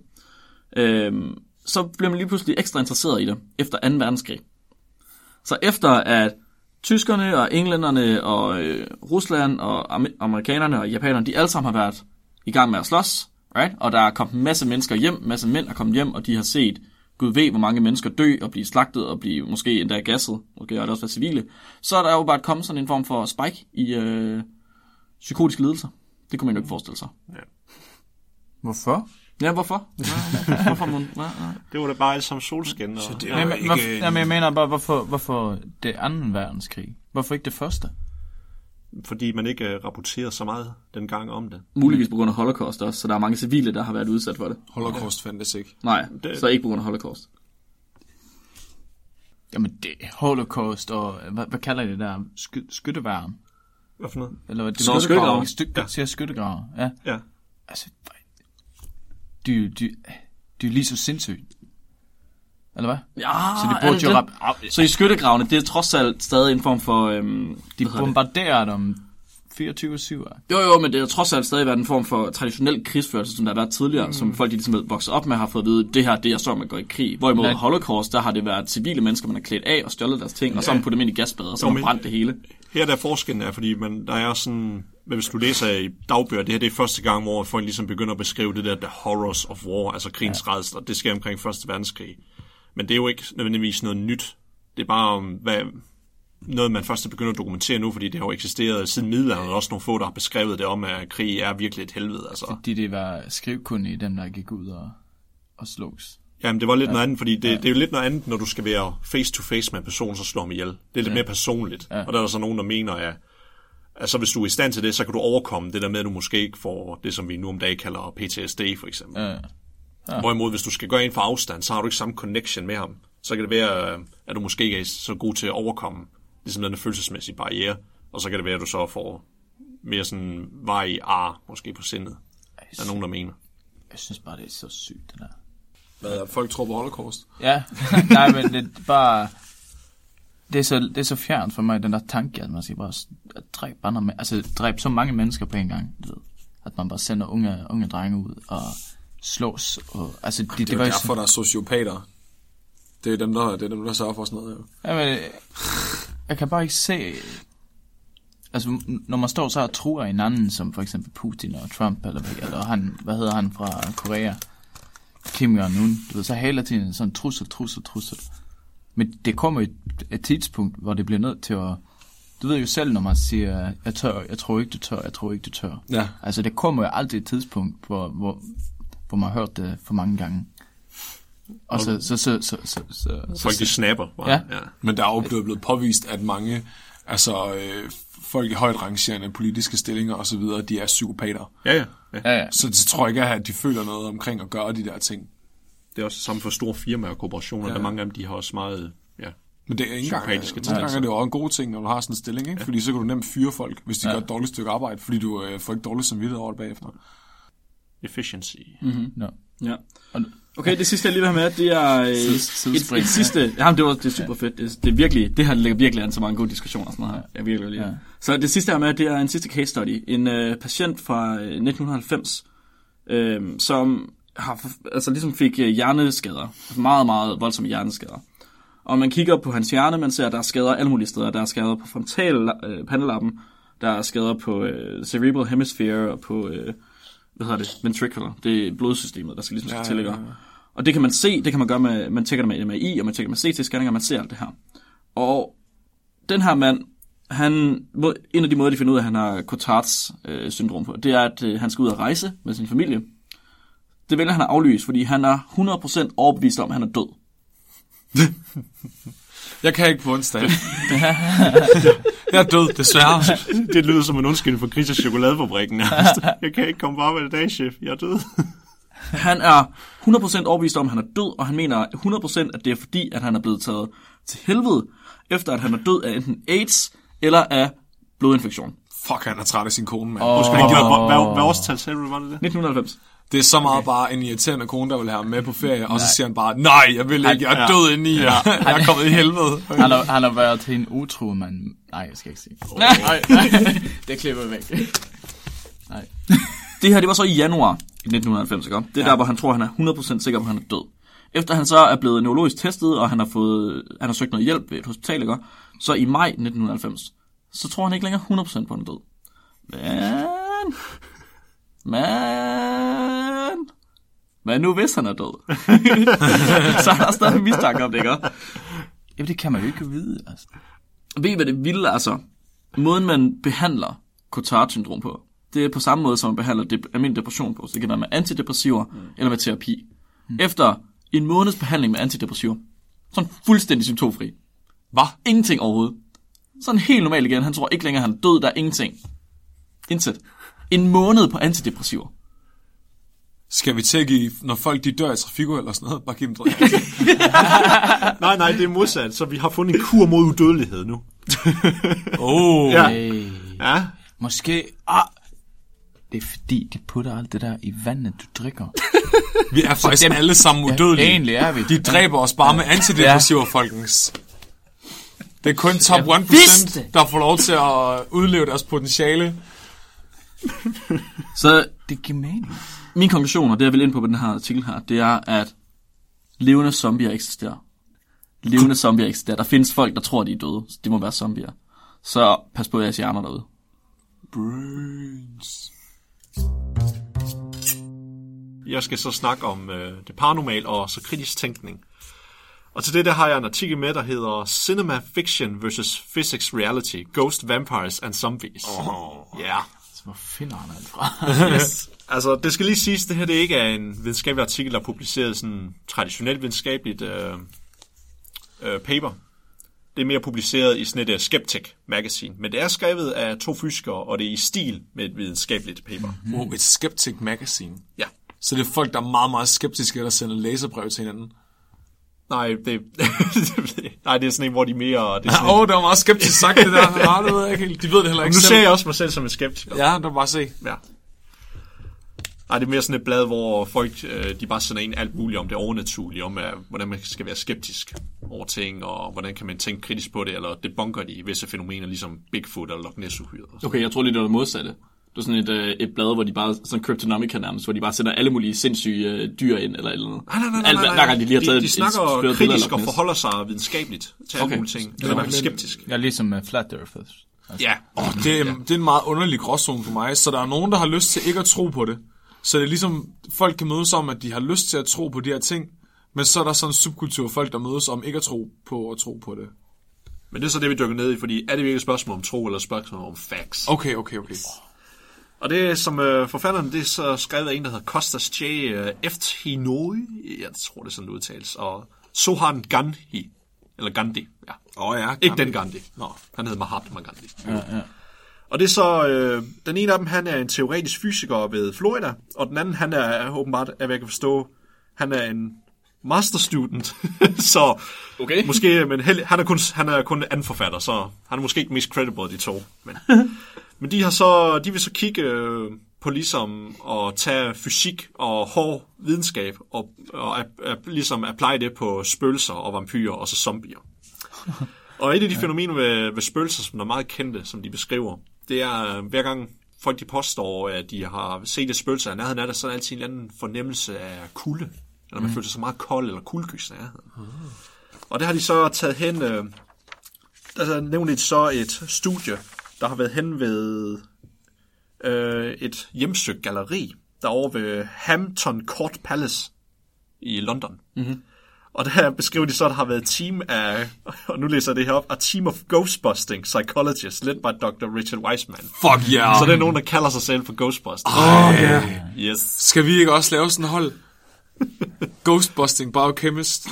Øhm, så blev man lige pludselig ekstra interesseret i det, efter anden verdenskrig. Så efter at tyskerne og englænderne og øh, Rusland og am- amerikanerne og japanerne, de alle sammen har været i gang med at slås, right? Og der er kommet en masse mennesker hjem, en masse mænd er kommet hjem, og de har set, Gud ved, hvor mange mennesker dø og blive slagtet og blive måske endda gasset, måske har det også været civile, så er der jo bare kommet sådan en form for spike i øh, psykotiske lidelser. Det kunne man jo ikke forestille sig. Ja. Hvorfor? Ja, hvorfor? Ja, hvorfor man, ja, ja. Det var da bare alt som solskin. Og... det Nej, men, ikke... hvorfor, jamen, jeg mener bare, hvorfor, hvorfor det anden verdenskrig? Hvorfor ikke det første? Fordi man ikke rapporterer så meget dengang om det. Muligvis på grund af Holocaust også, så der er mange civile, der har været udsat for det. Holocaust fandtes ikke. Nej, det... så ikke på grund af Holocaust. Jamen det Holocaust og, hvad, hvad kalder I det der? Sky, skytteværen? Hvad for noget? Eller hvad? Det Så skyttegrav. Ja. Siger skyttegrav, ja. Ja. Altså, de, de, de er lige så sindssygt. Eller hvad? Ja, så de burde jo rap- Så i skyttegravene, det er trods alt stadig en form for... Øhm, de bombarderer dem fireogtyve syv. Jo, jo, men det er trods alt stadig været en form for traditionel krigsførelse, som der har været tidligere, mm. som folk de ligesom er vokset op med, har fået at vide, det her, det er så, man går i krig. Hvorimod ja. Holocaust, der har det været civile mennesker, man har klædt af og stjålet deres ting, ja. og så har man puttet dem ind i gasbader, og så har man brændt det hele. Her der forskellen er, fordi man, der er sådan... Men hvis du læser i dagbøger, det her det er første gang, hvor folk ligesom begynder at beskrive det der, the horrors of war, altså krigens ja. rædsler. Det sker omkring første verdenskrig. Men det er jo ikke nødvendigvis noget nyt. Det er bare hvad, noget, man først begynder at dokumentere nu, fordi det har jo eksisteret siden middelalderen, og også nogle få, der har beskrevet det om, at krig er virkelig et helvede. Altså. Fordi det var skrivkundige, dem der gik ud og, og slogs. Jamen, det var lidt ja. noget andet, fordi det, ja. det er jo lidt noget andet, når du skal være face-to-face med en person, så slår dem ihjel. Det er lidt ja. mere personligt. Ja. Og der er så nogen, der mener, at altså, hvis du er i stand til det, så kan du overkomme det der med, at du måske ikke får det, som vi nu om dagen kalder P T S D, for eksempel. Ja. Ja. Hvorimod, hvis du skal gøre en for afstand, så har du ikke samme connection med ham. Så kan det være, at du måske ikke er så god til at overkomme ligesom den følelsesmæssige barriere. Og så kan det være, at du så får mere sådan vej i ar, måske på sindet. Der er nogen, der mener. Jeg synes bare, det er så sygt, det der. Hvad, folk tror på Holocaust? Ja, nej, men det er bare... Det er, så, det er så fjernt for mig, den der tanke, at man siger bare, at dræbe, andre, altså, dræbe så mange mennesker på en gang. Ved, at man bare sender unge, unge drenge ud og slås. Og, altså, de, det, det er derfor, så... der er sociopater. Det er dem, der, det er dem, der sørger for sådan noget. Jo. Ja, men, jeg kan bare ikke se... Altså, når man står så og truer hinanden, som for eksempel Putin og Trump, eller, eller han, hvad hedder han fra Korea? Kim Jong-un, du ved, så hele tiden sådan trussel, trussel, trussel. Men det kommer et, et tidspunkt, hvor det bliver nødt til at... Du ved jo selv, når man siger, jeg tør, jeg tror ikke, du tør, jeg tror ikke, du tør. Ja. Altså, det kommer jo altid et tidspunkt, hvor, hvor, hvor man har hørt det for mange gange. Og så... så, så, så, så, så folk, de snapper. Wow. Ja. Ja. Men der er jo blevet påvist, at mange... Altså, øh, folk i højt rangerende politiske stillinger og så videre, de er psykopater. Ja, ja. ja. ja, ja. Så det tror jeg ikke, at de føler noget omkring at gøre de der ting. Det er også samme for store firmaer og korporationer, ja. Der mange af dem, de har også meget, ja, men det er ikke engang, engang er det jo også en god ting, når du har sådan en stilling, ikke? Ja. Fordi så kan du nemt fyre folk, hvis de ja. gør et dårligt stykke arbejde, fordi du øh, får ikke dårligt samvittighed over det bagefter. Efficiency. Mm-hmm. No. Ja. Okay, det sidste jeg lige vil have med, det er øh, et, et sidste... Ja, det var det er super fedt. Det, det er virkelig, det her ligger virkelig an så mange gode diskussioner og sådan noget her. Jeg virkelig lige. Ja. Så det sidste jeg har med, det er en sidste case study. En øh, patient fra øh, nitten halvfems, øh, som har, altså ligesom fik øh, hjerneskader. Meget, meget voldsomme hjerneskader. Og man kigger på hans hjerne, man ser, at der er skader alle mulige steder. Der er skader på frontal øh, pandelappen, der er skader på øh, cerebral hemisphere og på, øh, hvad hedder det, ventricular. Det er blodsystemet, der skal ligesom ja, tillægge. Ja, ja. Og det kan man se, det kan man gøre med, man tjekker det med M R I, og man tjekker med C T-scanninger, og man ser alt det her. Og den her mand, han, en af de måder, de finder ud af, at han har Cotards øh, syndrom på, det er, at øh, han skal ud og rejse med sin familie. Det vælger han at aflyse, fordi han er hundrede procent overbevist om, at han er død. Jeg kan ikke på onsdag. Jeg er død, desværre. Det lyder som en undskyldning for Chris og chokoladefabrikken. Jeg kan ikke komme på arbejde i dag, chef. Jeg er død. Han er hundrede procent overbevist om, at han er død, og han mener hundrede procent, at det er fordi, at han er blevet taget til helvede, efter at han er død af enten AIDS eller af blodinfektion. Fuck, han er træt af sin kone, mand. Oh. Hvad årstal sagde du, var det det? nitten halvfems. Det er så meget okay. Bare en irriterende kone, der vil have ham med på ferie, og så siger han bare, nej, jeg vil ikke, jeg er død inde i, ja. Jeg er kommet i helvede. Han har, han har været til en utro, men nej, jeg skal ikke sige. Oh. Nej, nej, det klipper væk. Nej. Det her, det var så i januar i nitten halvfems, ikke? Det er ja. Der, hvor han tror, han er hundrede procent sikker på, at han er død. Efter han så er blevet neurologisk testet, og han har fået, han har søgt noget hjælp ved et hospital, ikke? Så i maj nitten halvfems, så tror han ikke længere hundrede procent på, at han er død. Men... Men... Men nu hvis han er død. Så er der stadig mistanke om det, ikke? Jamen, det kan man jo ikke vide, altså. Ved I, hvad det vilde, altså? Måden, man behandler Cotard-syndrom på, det er på samme måde, som man behandler de- almindelig depression på. Så det kan være med antidepressiver mm. eller med terapi. Mm. Efter en måneds behandling med antidepressiver, sådan fuldstændig symptomfri. Hvad? Ingenting overhovedet. Sådan helt normalt igen. Han tror ikke længere, han er død. Der er ingenting. Intet. En måned på antidepressiver. Skal vi til at give, når folk de dør i trafiko eller sådan noget, bare give dem drik? nej, nej, det er modsat. Så vi har fundet en kur mod udødelighed nu. oh. Ja. Hey. Ja. Måske... Ah, det er fordi, de putter alt det der i vandet, du drikker. Vi er faktisk dem, alle sammen udødelige. Ja, egentlig er vi. De dræber os bare med antidepressiver, ja. Folkens. Det er kun top en procent, der får lov til at udleve deres potentiale. Så det giver mening. Min konklusion, og det jeg vil ind på på den her artikel her, det er, at levende zombier eksisterer. Levende zombier eksisterer. Der findes folk, der tror, de er døde. Så de må være zombier. Så pas på jeres hjerner derude. Brains. Jeg skal så snakke om øh, det paranormal og så kritisk tænkning. Og til det der har jeg en artikel med, der hedder Cinema Fiction versus Physics Reality, Ghost Vampires and Zombies. Åh, ja. Hvor finder han alt fra? Yes. Altså, det skal lige siges, det her det ikke er en videnskabelig artikel, der er publiceret sådan traditionelt videnskabeligt øh, øh, paper. Det er mere publiceret i sådan et uh, Skeptic Magazine. Men det er skrevet af to fysikere, og det er i stil med et videnskabeligt paper. Mm-hmm. Oh, et Skeptic Magazine? Ja. Så det er folk, der er meget, meget skeptiske, der sender læserbrev til hinanden? Nej, det, nej, det er sådan en, hvor de mere... Åh, det, oh, det var meget skeptisk sagt, det der. Nej, det ved jeg ikke helt. De ved det heller ikke nu selv. ser jeg også mig selv som en skeptiker. Ja, det var bare se. Ja. Nej, det er mere sådan et blad, hvor folk de bare sender ind alt muligt om det overnaturlige, om hvordan man skal være skeptisk over ting, og hvordan kan man tænke kritisk på det, eller debunker de visse fænomener, ligesom Bigfoot eller Loch Ness-uhyret. Okay, jeg tror lige, det var det modsatte. Det var sådan et, øh, et blad, hvor de bare, sådan Cryptonomica nærmest, hvor de bare sender alle mulige sindssyge øh, dyr ind, eller eller andet. Nej, nej, nej, nej, nej. Hver gang de lige har taget de, de snakker et, et kritisk og forholder sig videnskabeligt til alle okay. mulige ting. Eller i hvert fald skeptisk. Ja, ligesom med Flat Earthers. Altså. Ja. Oh, det, er, det er en meget underlig gråzone for mig, så der er nogen, der har lyst til ikke at tro på det. Så det er ligesom, folk kan mødes om, at de har lyst til at tro på de her ting, men så er der sådan en subkultur folk, der mødes om ikke at tro på at tro på det. Men det er så det, vi dykker ned i, fordi er det virkelig et spørgsmål om tro, eller et spørgsmål om facts? Okay, okay, okay. Og det som øh, forfatteren, det er så skrevet af en, der hedder Kostas J. Eftinoi, jeg tror det er sådan, det udtales, og Sohan Gandhi, eller Gandhi, ja. Åh oh, ja, Gandhi. Ikke den Gandhi, nå, han hedder Mahatma Gandhi. Ja, ja. Og det er så, øh, den ene af dem, han er en teoretisk fysiker ved Florida, og den anden, han er åbenbart, af hvad jeg kan forstå, han er en master student, så okay. måske, men held, han, er kun, han er kun anden forfatter, så han er måske ikke mest credible af de to. Men, men de har så, de vil så kigge øh, på ligesom at tage fysik og hård videnskab, og, og at, at, ligesom apply det på spøgelser og vampyrer og så zombier. Og et af de fænomener ved, ved spøgelser, som er meget kendte, som de beskriver, det er, hver gang folk de påstår, at de har set et spøgelse af nærheden af det, så er der altid en eller anden fornemmelse af kulde. Eller man mm. føler sig meget kold eller kuldegys af nærheden. Mm. Og det har de så taget hen, øh, der nævnt så et studie, der har været hen ved øh, et hjemsøgt galleri, derovre ved Hampton Court Palace i London. Mm-hmm. Og der beskriver de så, at der har været et team af, og nu læser jeg det her op, a team of ghostbusting psychologists led by doctor Richard Wiseman. Fuck yeah! Så det er nogen, der kalder sig selv for ghostbusters. Åh, oh, ja. Yeah. Yes. Skal vi ikke også lave sådan en hold? Ghostbusting biochemist.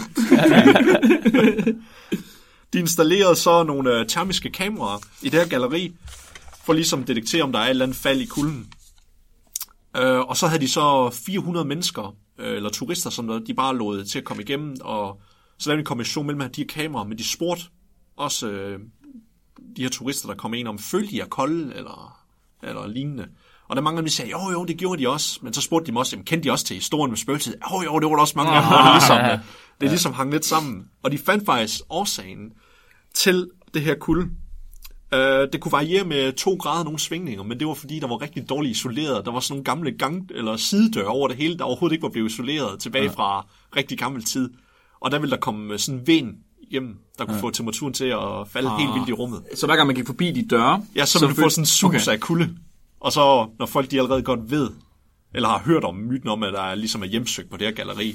De installerede så nogle termiske kameraer i det her galleri, for ligesom at detektere, om der er et eller andet fald i kulden. Uh, og så havde de så fire hundrede mennesker, eller turister, som de bare lod til at komme igennem, og så lavede de en kombination mellem de her kameraer, men de spurgte også øh, de her turister, der kom ind, om følte de er kolde, eller, eller lignende. Og der mange af dem sagde, jo jo, det gjorde de også, men så spurgte de dem også, jamen, kendte de også til historien med spøgelset? Jo jo, det var der også mange af dem, det ligesom, det, det ligesom hang lidt sammen. Og de fandt faktisk årsagen til det her kulde. Uh, det kunne variere med to grader nogle svingninger, men det var fordi, der var rigtig dårligt isoleret. Der var sådan nogle gamle gang- eller sidedøre over det hele, der overhovedet ikke var blevet isoleret tilbage ja. fra rigtig gammel tid. Og der ville der komme sådan vind hjem, der kunne ja. få temperaturen til at falde ah. helt vildt i rummet. Så hver gang man gik forbi de døre... Ja, så, så ville du få sådan en sus okay. af kulde. Og så, når folk de allerede godt ved, eller har hørt om myten om, at der er ligesom er hjemsøgt på det her galleri,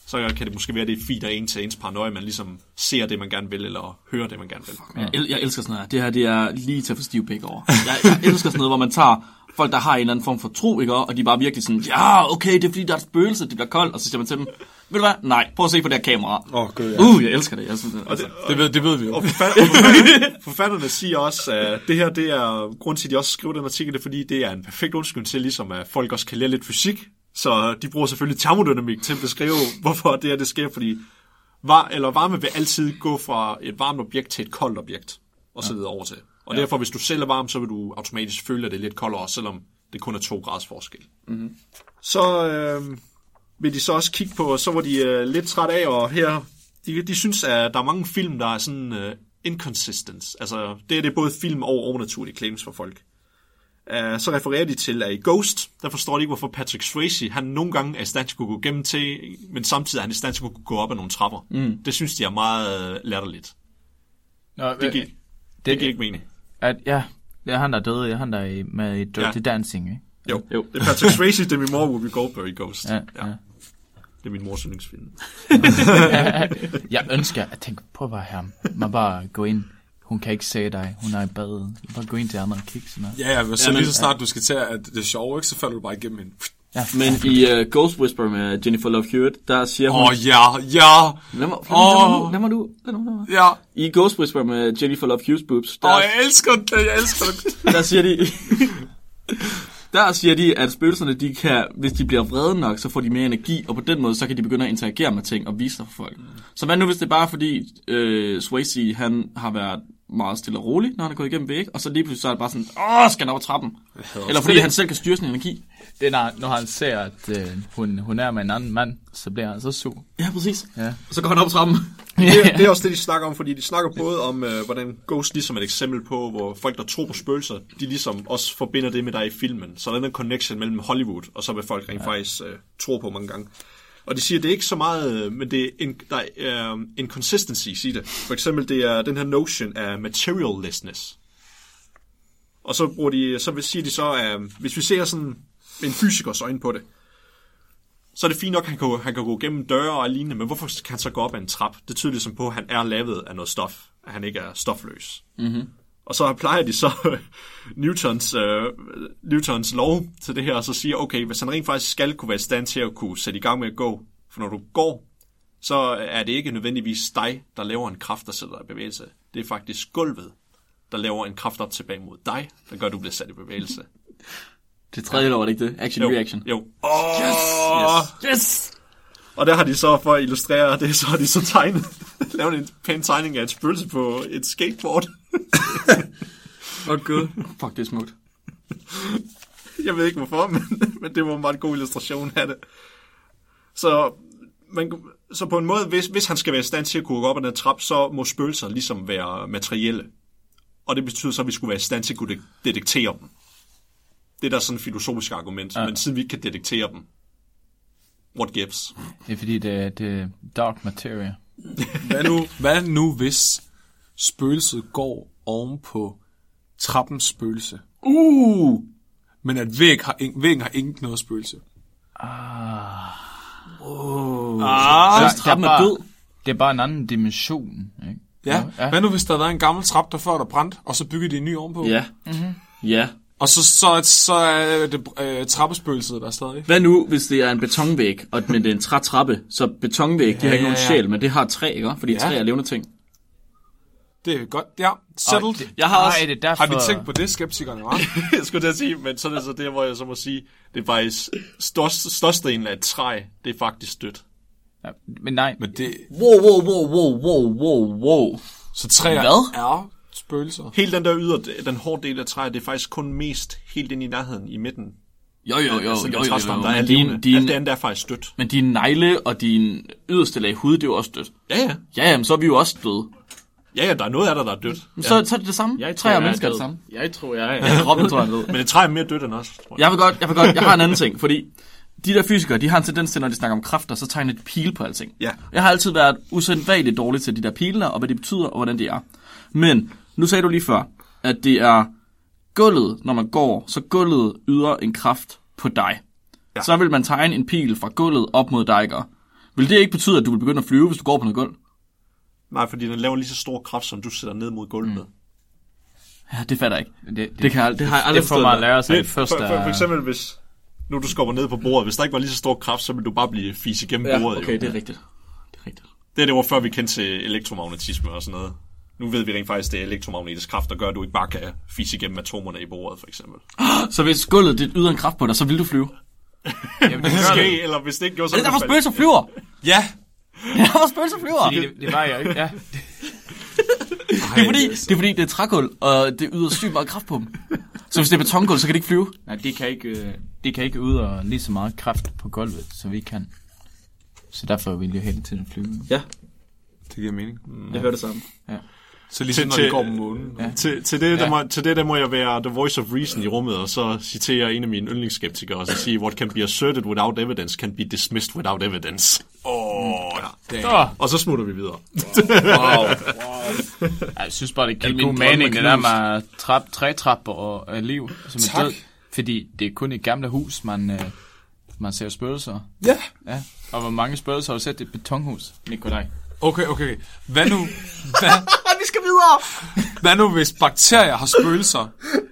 så kan det måske være, det er fint og en til ens paranoia, man ligesom ser det, man gerne vil, eller hører det, man gerne vil. Jeg, el- jeg elsker sådan noget. Det her, det er lige til at få stiv pik over. Jeg, jeg elsker sådan noget, hvor man tager folk, der har en eller anden form for tro, ikke? Og de er bare virkelig sådan, ja, okay, det er fordi, der er et spøgelse, det bliver koldt, og så siger man til dem, ved du hvad? Nej, prøv at se på det her kamera. Åh, oh, gud, ja. Uh, jeg elsker det. Jeg synes, det, altså. det, det, ved, det ved vi jo. Og forfatterne, forfatterne siger også, at det her, det er, grund til, at de også skriver den artikel, det er, fordi det er en perfekt undskyldning til, ligesom at folk også kan lære lidt fysik. Så de bruger selvfølgelig termodynamik til at beskrive, hvorfor det her, det sker, fordi var, eller varme vil altid gå fra et varmt objekt til et koldt objekt, og så videre over til. Og ja. Derfor, hvis du selv er varm, så vil du automatisk føle, at det er lidt koldere, selvom det kun er to graders forskel. Mm-hmm. Så øh, vil de så også kigge på, så var de øh, lidt træt af, og her, de, de synes, at der er mange film, der er sådan uh, inconsistent. Altså, det er det både film og overnaturlige claims for folk. Uh, så refererer de til, at i Ghost, der forstår de ikke, hvorfor Patrick Swayze, han nogle gange er i stand til at kunne gå gennem til, men samtidig er han i stand til at kunne gå op ad nogle trapper. Mm. Det synes de er meget latterligt. Nå, det, giver, det, det giver ikke mening. At, ja, det er han, der døde. Jeg han der i, med i Dirty ja. Dancing, ikke? Jo. jo, det er Patrick Swayze, det er min mor, Whoopi Goldberg i Ghost. Ja, ja. ja. Det er min mors yndlingsfilm. Jeg ønsker at tænke på, hvad her. Man bare gå ind. Hun kan ikke se dig. Hun er i badet. Bare gå ind til andre og kigge sådan noget. Ja, ja, men så lige så snart du skal til, at det er sjovt, ikke, så falder du bare igennem hende. Ja. Men i uh, Ghost Whisperer med Jennifer Love Hewitt, der siger hun... Åh, oh, ja, ja! Lad mig, oh. lad mig du, lad mig du. Ja. I Ghost Whisperer med Jennifer Love Hewitt's boobs... Åh, oh, jeg elsker det, jeg elsker det. Der siger de... Der siger de, at spøgelserne, de kan, hvis de bliver vrede nok, så får de mere energi, og på den måde, så kan de begynde at interagere med ting og vise sig for folk. Mm. Så hvad nu, hvis det er bare fordi, øh, Swayze, han har været meget stille og rolig, når han er gået igennem væg, og så lige pludselig så er det bare sådan, åh, skal han op ad trappen? Eller fordi han selv kan styre sin energi. Det er, når, når han ser, at øh, hun, hun er med en anden mand, så bliver han så sur. Ja, præcis. Ja. Og så går han op ad trappen. det, er, det er også det, de snakker om, fordi de snakker både om, øh, hvordan Ghost ligesom et eksempel på, hvor folk, der tror på spøgelser, de ligesom også forbinder det med dig i filmen. Så der er en connection mellem Hollywood, og så vil folk rent ja. faktisk øh, tro på mange gange. Og de siger, det er ikke så meget, men det er en, der er um, inconsistency, siger det. For eksempel, det er den her notion af materiallessness. Og så bruger de, så vil sige de så, at hvis vi ser sådan med en fysikers øjne på det, så er det fint nok, at han kan, han kan gå gennem døre og lignende, men hvorfor kan han så gå op ad en trap? Det tyder ligesom på, at han er lavet af noget stof, at han ikke er stofløs. Mm-hmm. Og så plejer de så Newtons, øh, Newtons lov til det her, og så siger, okay, hvis han rent faktisk skal kunne være i stand til at kunne sætte i gang med at gå, for når du går, så er det ikke nødvendigvis dig, der laver en kraft, der sætter dig i bevægelse. Det er faktisk gulvet, der laver en kraft op tilbage mod dig, der gør, at du bliver sat i bevægelse. Det tredje lov, er det ikke det? Action, jo, reaction. Jo. Oh, yes! Yes! Og der har de så, for at illustrere det, så har de så tegnet, lavet en pæn tegning af et spøgelse på et skateboard. Åh oh, gud. Fuck, det er smukt. Jeg ved ikke hvorfor, men, men det var en meget god illustration af det. Så, man, så på en måde, hvis, hvis han skal være i stand til at kunne gå op ad den trap, så må spøgelser ligesom være materielle. Og det betyder så, at vi skulle være i stand til at kunne detektere dem. Det er der sådan et filosofisk argument, ja. Men siden vi ikke kan detektere dem, what gives? Det er fordi, det, det er dark materia. Hvad nu, hvad nu hvis spøgelset går oven på trappens spøgelse? Uh! Men at væg har, væggen har ikke noget spøgelse. Ah. Oh. Ah. Så trappen er død. Det er bare en anden dimension, ikke? Ja. ja. Hvad nu hvis der havde været en gammel trap, der før der brændt, og så byggede de en ny ovenpå? Ja. Mm-hmm. Ja. Og så, så, så er det øh, trappespøgelset der stadig. Hvad nu, hvis det er en betonvæg, og, men det er en trætrappe? Så betonvæg, ja, de har ikke ja, nogen sjæl, men det har træ, ikke? Fordi ja. Træ er levende ting. Det er godt, ja. Settled. Det, jeg har, også, er det derfor... har vi tænkt på det, skeptikerne, hva'? Jeg skulle da sige, men så er det så det, hvor jeg så må sige, det er faktisk størst, størstedelen af et træ, det er faktisk dødt. Ja, men nej. Men det... Wow, wow, wow, wow, wow, wow, wow. Så træer Hvad? er spøgelser. Hele den der yder, den hårde del af træet, det er faktisk kun mest helt ind i nærheden i midten. Jo, jo, jo, altså, jo, jo, jo, jo. Der er din, levende. Din, Alt det andet er faktisk dødt. Men din negle og din yderste lag hud, det er jo også dødt. Ja, ja. Ja, jamen, så er vi jo også døde. Ja, ja, der er noget af der, der er dødt. Ja. Så, så er det det samme. Jeg Træer og mennesker er det samme. Jeg tror, jeg er. Ja, Robin tror jeg er død. Men et træ er mere dødt end os, tror jeg. Jeg vil godt, jeg vil godt, jeg har en anden ting, fordi de der fysikere, de har en tendens til, når de snakker om kræfter, så tegner de pile på alting. Ja. Jeg har altid været usædvanligt dårlig til de der piler, og hvad de betyder, og hvordan de er. Men, nu sagde du lige før, at det er gulvet, når man går, så gulvet yder en kraft på dig. Ja. Så vil man tegne en pil fra gulvet op mod dig, ikke? Vil det ikke betyde, at du vil begynde at flyve, hvis du går på noget gulv? Nej, fordi den laver lige så stor kraft, som du sætter ned mod gulvet. Mm. Ja, det fatter jeg ikke. Det, det, det, kan jeg, det har jeg aldrig det får man at lære sig det, først. For, for, for eksempel, hvis nu du skubber ned på bordet, hvis der ikke var lige så stor kraft, så ville du bare blive fis igennem ja, bordet. okay, jo. det er rigtigt. Det er rigtigt. Det er det, hvor før vi kendte til elektromagnetisme og sådan noget. Nu ved vi rent faktisk, det er elektromagnetisk kraft, der gør, at du ikke bare kan fise igennem atomerne i bordet, for eksempel. Så hvis gulvet det yder en kraft på dig, så vil du flyve? Jamen, det Måske, eller hvis det ikke gjorde så... Er det derfor spøgelser flyver? Ja. Ja, derfor spøgelser flyver? Fordi det, det var jeg ikke, ja. Det er, fordi, det er fordi, det er trægulv, og det yder sygt meget kraft på dem. Så hvis det er betongulv, så kan det ikke flyve? Nej, det kan ikke, øh, det kan ikke yde lige så meget kraft på gulvet, som vi kan. Så derfor vil jeg hele tiden flyve. Ja. Det giver mening. Mm. Jeg hører det samme. Ja. Så ligesom når de går på månen. Ja. Til, til, det, der må, til det der må jeg være the voice of reason i rummet, og så citere en af mine yndlingsskeptikere, og så sige, what can be asserted without evidence can be dismissed without evidence. Åh, oh, ja. Oh. Og så smutter vi videre. Wow. wow. Jeg synes bare, det giver god mening, det der med trap, trætrapper og uh, liv. Som er død, fordi det er kun i gamle hus, man, uh, man ser spøgelser. Ja. ja. Og hvor mange spøgelser har du set i et betonhus, Nikolaj? Okay, okay. Hvad nu? Hvad, vi skal videre! hvad nu, hvis bakterier har spøgelser?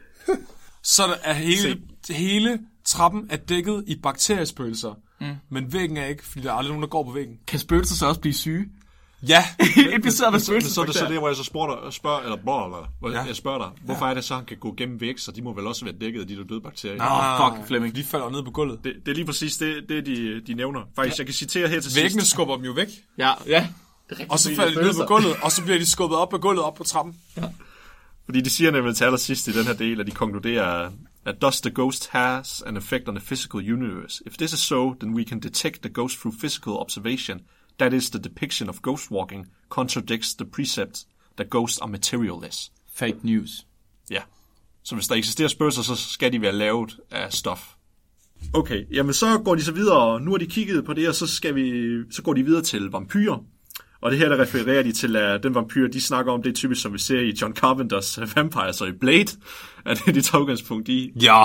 Så er hele, hele trappen er dækket i bakteriespøgelser. Mm. Men væggen er ikke, fordi der er aldrig nogen, der går på væggen. Kan spøgelser så også blive syge? Ja. Inficeret med spøgelser. Så er det så det, hvor jeg så spørger dig, spørger, eller, eller, hvor ja. jeg spørger dig, hvorfor ja. er det så, han kan gå gennem væg, så de må vel også være dækket af de der døde bakterier? Nå, oh, fuck, Flemming. De falder ned på gulvet. Det, det er lige præcis det, det de, de nævner. Faktisk, ja. jeg kan citere her til sidst. Væggene skubber dem jo væk. Ja, ja. Og så falder de ned på gulvet, og så bliver de skubbet op på gulvet, op på trappen. Ja. Fordi de siger nemlig til allersidst i den her del, at de konkluderer, at does the ghost has an effect on the physical universe? If this is so, then we can detect the ghost through physical observation. That is, the depiction of ghost walking contradicts the precept that ghosts are materialless. Fake news. Ja. Så hvis der eksisterer spøgelser, så skal de være lavet af stof. Okay, jamen så går de så videre, og nu har de kigget på det, og så, skal vi, så går de videre til vampyrer. Og det her, der refererer de til, at den vampyr, de snakker om, det er typisk, som vi ser i John Carpenters Vampires og i Blade, at det er de tager udgangspunkt i. Ja.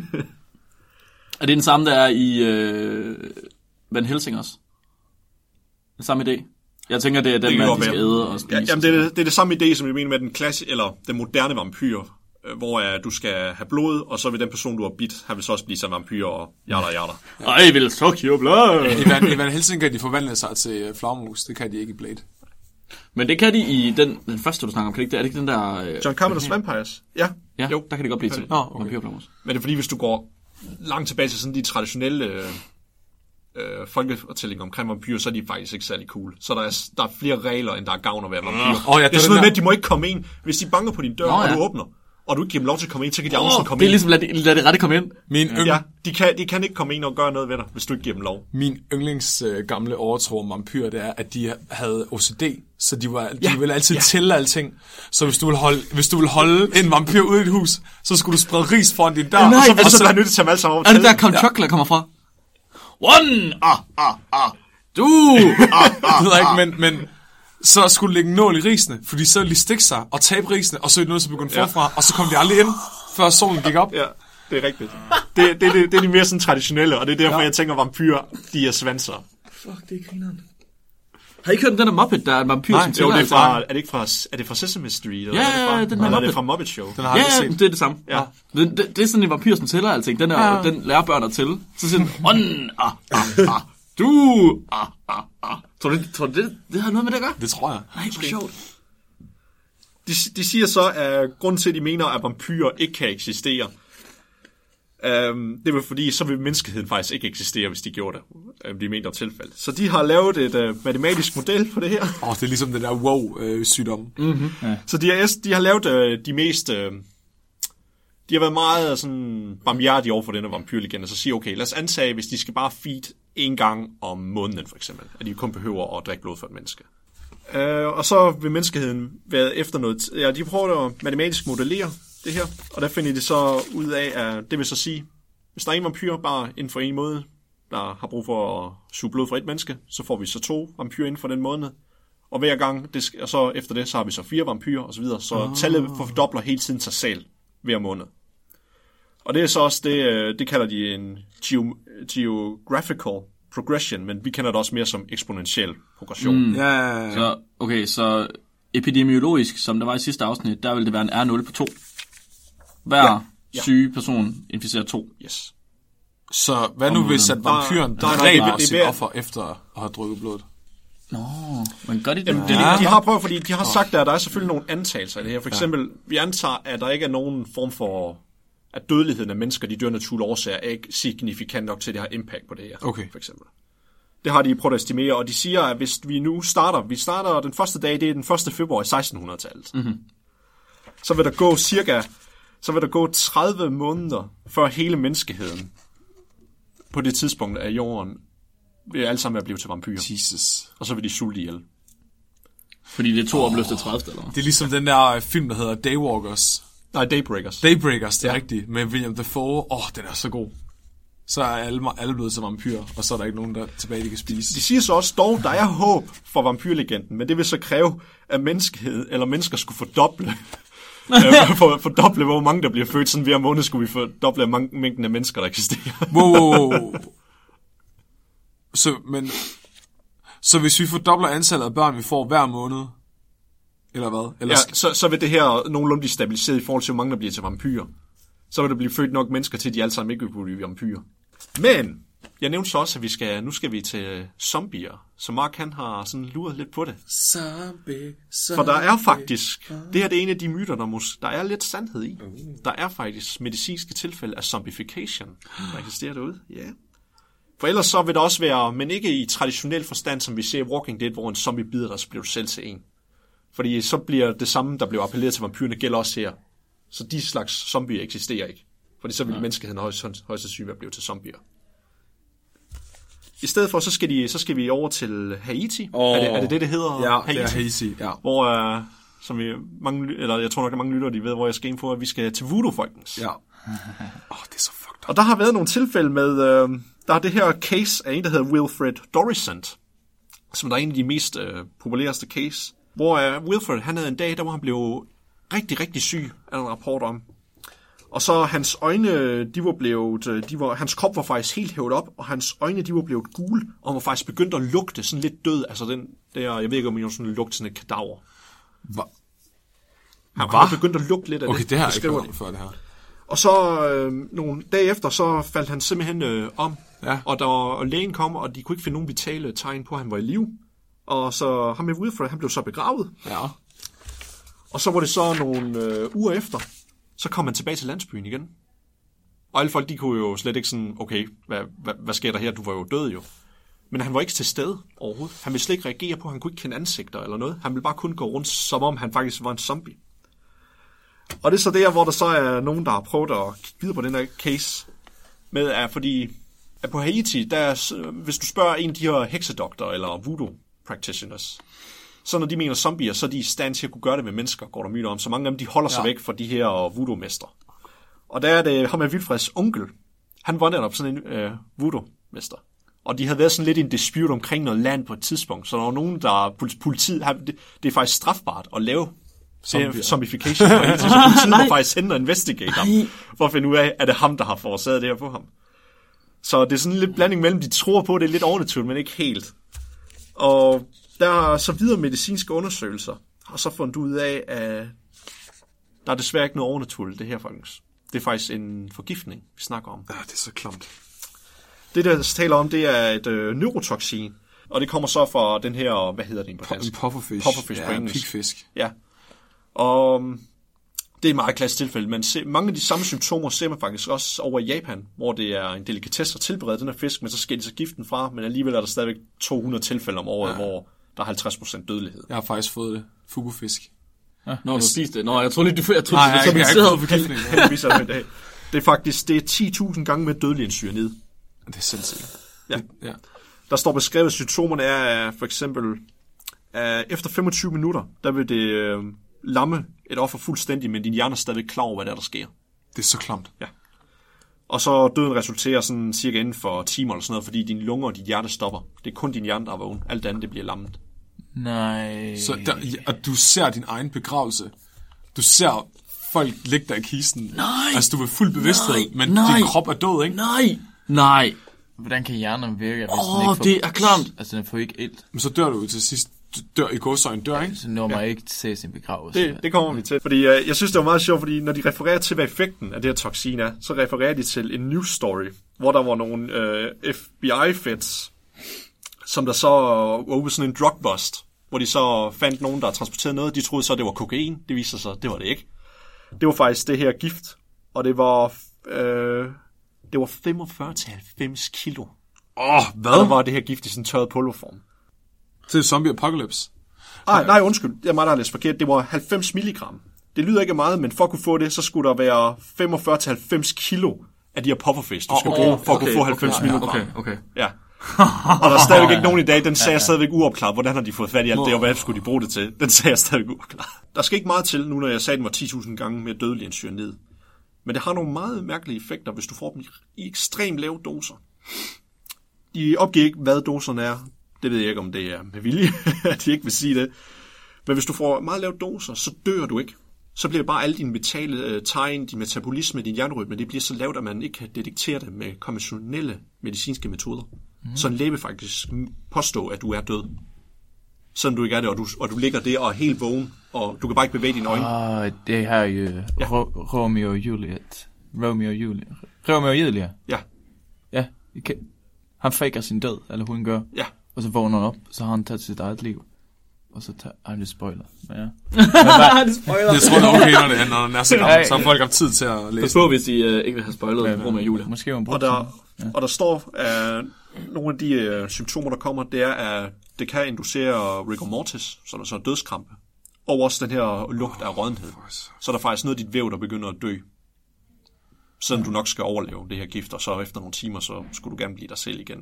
Er det den samme, der er i øh, Van Helsing også? Den samme idé? Jeg tænker, det er den, man de skal æde og spise. Ja, jamen, det er, det er det samme idé, som jeg mener med den klasse, eller den moderne vampyr, hvor uh, du skal have blod, og så vil den person, du har bidt, han vil så også blive sådan en vampyr, og jada, jada. Ej, jeg vil sukke jo blod! I Van, i Van Helsing kan de forvandle sig til flagmus, det kan de ikke i Blade. Men det kan de i den, den første, du snakker om, kan det ikke? Er det ikke den der... Øh... John Carpenter's Vampires? Ja. Ja, jo. Der kan det godt blive til. Nå, okay. Vampyrflagmus. Men det er fordi, hvis du går langt tilbage til sådan de traditionelle øh, øh, folkefortællinger omkring vampyrer, så er de faktisk ikke særlig cool. Så der er, der er flere regler, end der er gavn at være vampyr. Oh, ja, det er sådan noget med, at de må ikke komme ind. Hvis de banker på din dør, Nå, ja. og du åbner, og du ikke giver dem lov til at komme ind, så kan de oh, aldrig komme det er ind. ligesom, lad de, lad de rette komme ind. Min yng... Ja, de kan, de kan ikke komme ind og gøre noget ved dig, hvis du ikke giver dem lov. Min yndlings øh, gamle overtro om vampyrer, det er, at de havde O C D, så de, var, de ja. ville altid ja. tælle alting. Så hvis du ville holde, hvis du ville holde en vampyr ude i dit hus, så skulle du sprede ris foran din dør. Ja, nej, og så, altså, og så er nødt til at tage dem alle sammen over. Er det der Count Chocula kommer fra? One, ah, ah, ah, du, ah, ah, det ved jeg ikke, men... men så skulle lægge en nål i risene, fordi så ville de stikke sig og tabe risene, og så er det noget, så begyndte forfra, ja. og så kom de aldrig ind, før solen gik op. Ja, det er rigtigt. Det, det, det, det er de mere sådan traditionelle, og det er derfor, ja. jeg tænker, vampyrer, de er svanser. Fuck, det er grineren. Har I ikke hørt den der Muppet, der er en vampyr, Nej, som tæller? Jo, det er, fra, er det ikke fra, er det fra Sesame Street? Eller ja, er det fra, ja, den eller er det fra Muppet Show? Den har ja, ja, det er det samme. Ja. Det, det, det er sådan en vampyr, som tæller alting. Den, er, ja. den lærer børn at tælle. Så siger den, on, ah, ah, ah, du, ah, ah, ah. Tror du, tror du det, det har noget med det at gøre? Det tror jeg. Nej, hvor sjovt. De, de siger så, at grunden til, at de mener, at vampyrer ikke kan eksistere, um, det er fordi, så vil menneskeheden faktisk ikke eksistere, hvis de gjorde det. Um, de mindre tilfælde. Så de har lavet et uh, matematisk model på det her. Åh, oh, det er ligesom den der wow-sygdom. Øh, mm-hmm. Ja. Så de har, de har lavet uh, de mest... Uh, de har været meget sådan barmhjertige over for denne vampyrlegende, så siger okay, lad os antage, hvis de skal bare feed en gang om måneden, for eksempel, at de kun behøver at drikke blod for et menneske. Uh, og så vil menneskeheden være efter noget... Ja, de prøver at matematisk modellere det her, og der finder de så ud af, at det vil så sige, hvis der er en vampyr bare inden for en måde, der har brug for at suge blod fra et menneske, så får vi så to vampyrer inden for den måned. Og hver gang, det skal, og så efter det, så har vi så fire vampyrer og så videre, så oh. tallet fordobler hele tiden sig selv hver måned. Og det er så også det, det kalder de en geo- geographical progression, men vi kender det også mere som eksponentiel progression. Mm. Ja, ja, ja. Så, okay, så epidemiologisk, som der var i sidste afsnit, der vil det være en R nul på to. Hver ja. Ja. syge person inficerer to. Yes. Så hvad nu hvis at vampyren dræber sit offer efter at have drukket blodet? Nå, men gør de det? Jamen, det ja. De har prøvet, fordi de har sagt, at der er selvfølgelig nogle antagelser i det her. For eksempel, ja. vi antager, at der ikke er nogen form for, at dødeligheden af mennesker, de dør naturlige årsager, er ikke signifikant nok til, at det har impact på det her. Okay. For eksempel. Det har de prøvet at estimere, og de siger, at hvis vi nu starter, vi starter den første dag, det er den første februar i sekstenhundredetallet. Mm-hmm. Så vil der gå cirka, så vil der gå tredive måneder, før hele menneskeheden på det tidspunkt af jorden vil alle sammen være blevet til vampyrer. Jesus. Og så vil de sulte ihjel. Fordi det er to oh. opløste tredivte, eller? Det er ligesom den der film, der hedder Daywalkers. Nej, Daybreakers. Daybreakers, det er ja. rigtigt. Med William Dafoe. Åh, oh, den er så god. Så er alle, alle blevet til vampyrer, og så er der ikke nogen, der tilbage, de kan spise. De siger så også dog, der er håb for vampyrlegenden, men det vil så kræve, at menneskehed, eller mennesker skulle fordoble, for, fordoble, hvor mange der bliver født. Sådan hver måned skulle vi fordoble mængden af mennesker, der eksisterer. Wow, wow, wow. Så, men, så hvis vi fordobler antallet af børn, vi får hver måned, eller hvad? Eller ja, så, så vil det her nogenlunde blive stabiliseret i forhold til, hvor mange der bliver til vampyrer. Så vil der blive født nok mennesker til, at de alle sammen ikke vil blive vampyrer. Men jeg nævnte så også, at vi skal, nu skal vi til zombier. Så Mark, han har sådan luret lidt på det. Zombie, zombie. For der er faktisk, det her det er en af de myter, der, mås, der er lidt sandhed i. Der er faktisk medicinske tilfælde af zombification, der eksisterer derude. Ja. Yeah. For ellers så vil der også være, men ikke i traditionel forstand, som vi ser i Walking Dead, hvor en zombie bider dig, så bliver du selv til en. Fordi så bliver det samme, der bliver appelleret til vampyrerne, gælder også her. Så de slags zombier eksisterer ikke. Fordi så vil ja. menneskeheden højst, højst sandsynligt blive til zombier. I stedet for, så skal, de, så skal vi over til Haiti. Oh. Er, det, er det det, det hedder? Ja, Haiti? Det er Haiti, ja. Hvor, uh, som vi, mange, eller jeg tror nok, at mange lyttere, de ved, hvor jeg skal ind på, at vi skal til voodoo, folkens. Ja. Åh, oh, det er så fucked up. Og der har været nogle tilfælde med, uh, der er det her case af en, der hedder Wilfred Dorisant, som der er en af de mest uh, populæreste case. Hvor uh, Wilfred, han havde en dag, der hvor han blev rigtig, rigtig syg, er der en rapport om. Og så hans øjne, de var blevet, de var, hans krop var faktisk helt hævet op, og hans øjne, de var blevet gule, og han var faktisk begyndt at lugte sådan lidt død. Altså den der, jeg ved ikke, om jeg sådan lugte sådan et kadaver. Hvad? Han var begyndt at lugte lidt af okay, det. Okay, det har jeg ikke hørt før, det her. Og så øh, nogle dage efter, så faldt han simpelthen øh, om, ja. og, der, og lægen kom, og de kunne ikke finde nogen vitale tegn på, at han var i live. Og så ham med Wilfred, han blev så begravet. Ja. Og så var det så nogle øh, uger efter, så kom han tilbage til landsbyen igen. Og alle folk, de kunne jo slet ikke sådan, okay, hvad, hvad, hvad sker der her? Du var jo død jo. Men han var ikke til stede overhovedet. Han ville slet ikke reagere på, han kunne ikke kende ansigter eller noget. Han ville bare kun gå rundt, som om han faktisk var en zombie. Og det er så der, hvor der så er nogen, der har prøvet at kigge videre på den her case. Med, at fordi at på Haiti, der er, hvis du spørger en af de her heksedoktorer eller voodoo practitioners, så når de mener zombier, så er de i stand til at kunne gøre det med mennesker, går der myter om. Så mange af dem, de holder sig ja. væk fra de her voodoo-mester. Og der er det ham af Wilfreds onkel. Han var netop sådan en øh, voodoo-mester. Og de havde været sådan lidt i en dispute omkring noget land på et tidspunkt. Så der var nogen, der politiet, det, det er faktisk strafbart at lave Zombier. zombification. Så politiet må faktisk hente og investigate ham, for at finde ud af, er det ham, der har forårsaget det her på ham. Så det er sådan en lidt blanding mellem, de tror på, det er lidt overnaturligt, men ikke helt. Og der er så videre medicinske undersøgelser, og så fundet ud af, at der er desværre ikke noget overnaturligt, det her faktisk. Det er faktisk en forgiftning, vi snakker om. Ja, det er så klamt. Det, der taler om, det er et øh, neurotoksin, og det kommer så fra den her, hvad hedder det på dansk? En pufferfish. Pufferfish ja, en pigfisk. Ja, og det er et meget klassisk tilfælde, men se, mange af de samme symptomer ser man faktisk også over i Japan, hvor det er en delikatesse at tilberede den her fisk, men så skal de så giften fra, men alligevel er der stadigvæk to hundrede tilfælde om året, ja. hvor der er halvtreds procent dødelighed. Jeg har faktisk fået det. Fugufisk. Ja, når du spiste det. Nå, jeg tror lige, du jeg tror, Nej, jeg, jeg, jeg, jeg, jeg, det er faktisk det er ti tusind gange med dødelig end cyanid. Det er sindssygt. Ja. ja. Der står beskrevet, at symptomerne er for eksempel, at efter femogtyve minutter, der vil det øh, lamme et offer fuldstændig, men din hjerne er stadig klar over, hvad der, der sker. Det er så klamt. Ja. Og så døden resulterer sådan cirka inden for timer eller sådan noget, fordi dine lunger og dit hjerte stopper. Det er kun din hjerne, der er vågen. Alt andet, det bliver lammet. Nej. Så der, og du ser din egen begravelse. Du ser folk ligge der i kisten. Nej. Altså, du er fuld bevidsthed, nej, men nej, din krop er død, ikke? Nej. Nej. hvordan kan hjernen virke, hvis Åh, den ikke får... det er klamt. Altså, den får ikke ilt. Men så dør du til sidst. Dør i gåsøjne, dør, ikke? Så når man ja. ikke til sin begravelse. Det, det kommer vi til. Fordi uh, jeg synes, det var meget sjovt, fordi når de refererer til, hvad effekten af det her toksin er, så refererer de til en news story, hvor der var nogle uh, F B I-feds, som der så var ude sådan en drug bust, hvor de så fandt nogen, der transporterede noget. De troede så, det var kokain. Det viste sig, det var det ikke. Det var faktisk det her gift, og det var, uh, det var femogfyrre til halvfems kilo. Åh, oh, hvad? Og der var det her gift i sådan en tørret pulverform. Til zombie apocalypse. Ej, nej, undskyld. Det er mig, der har læst forkert. Det var halvfems milligram. Det lyder ikke meget, men for at kunne få det, så skulle der være femogfyrre til halvfems kilo af de her pufferfish, du skal oh, bruge for okay, at kunne få halvfems okay, milligram. Okay, okay. Ja. Og der er stadigvæk ikke nogen i dag. Den sag er stadigvæk uopklaret. Hvordan har de fået fat i alt det, og hvad skulle de bruge det til? Den sag er stadigvæk uopklaret. Der skal ikke meget til, nu når jeg sagde, den var ti tusind gange mere dødelig end cyanid. Men det har nogle meget mærkelige effekter, hvis du får dem i ekstremt lave doser. De opgiver ikke, hvad doserne er. Det ved jeg ikke, om det er med vilje, at de ikke vil sige det. Men hvis du får meget lavt doser, så dør du ikke. Så bliver bare alle dine vitale tegn, din metabolisme, din hjernerytme, det bliver så lavt, at man ikke kan detektere det med konventionelle medicinske metoder. Mm. Så en læge vil faktisk påstå, at du er død. Selvom du ikke er det, og du, og du ligger der og er helt vågen, og du kan bare ikke bevæge dine øjne. Ah, det her er jo ja. Ro- Romeo og Juliet. Romeo og Juliet. Romeo og Juliet. Ja. Ja, kan... han faker sin død, eller hun gør. Ja. Og så vågner han op, så har han taget sit eget liv. Og så tager... Ej, det spoiler. Men ja. Det spoiler. Jeg tror, det er okay, når det er, når den er så gammel. Så har folk haft tid til at læse. Pas på, hvis de uh, ikke vil have spoilet ja, Romeo og Julia. Måske hun og, der, ja. og der står, at nogle af de uh, symptomer, der kommer, det er, at det kan inducere rigor mortis, så der så er dødskrampe. Og også den her lugt af råddenhed. Så er der faktisk noget af dit væv, der begynder at dø. Selvom du nok skal overleve det her gift, og så efter nogle timer, så skulle du gerne blive dig selv igen.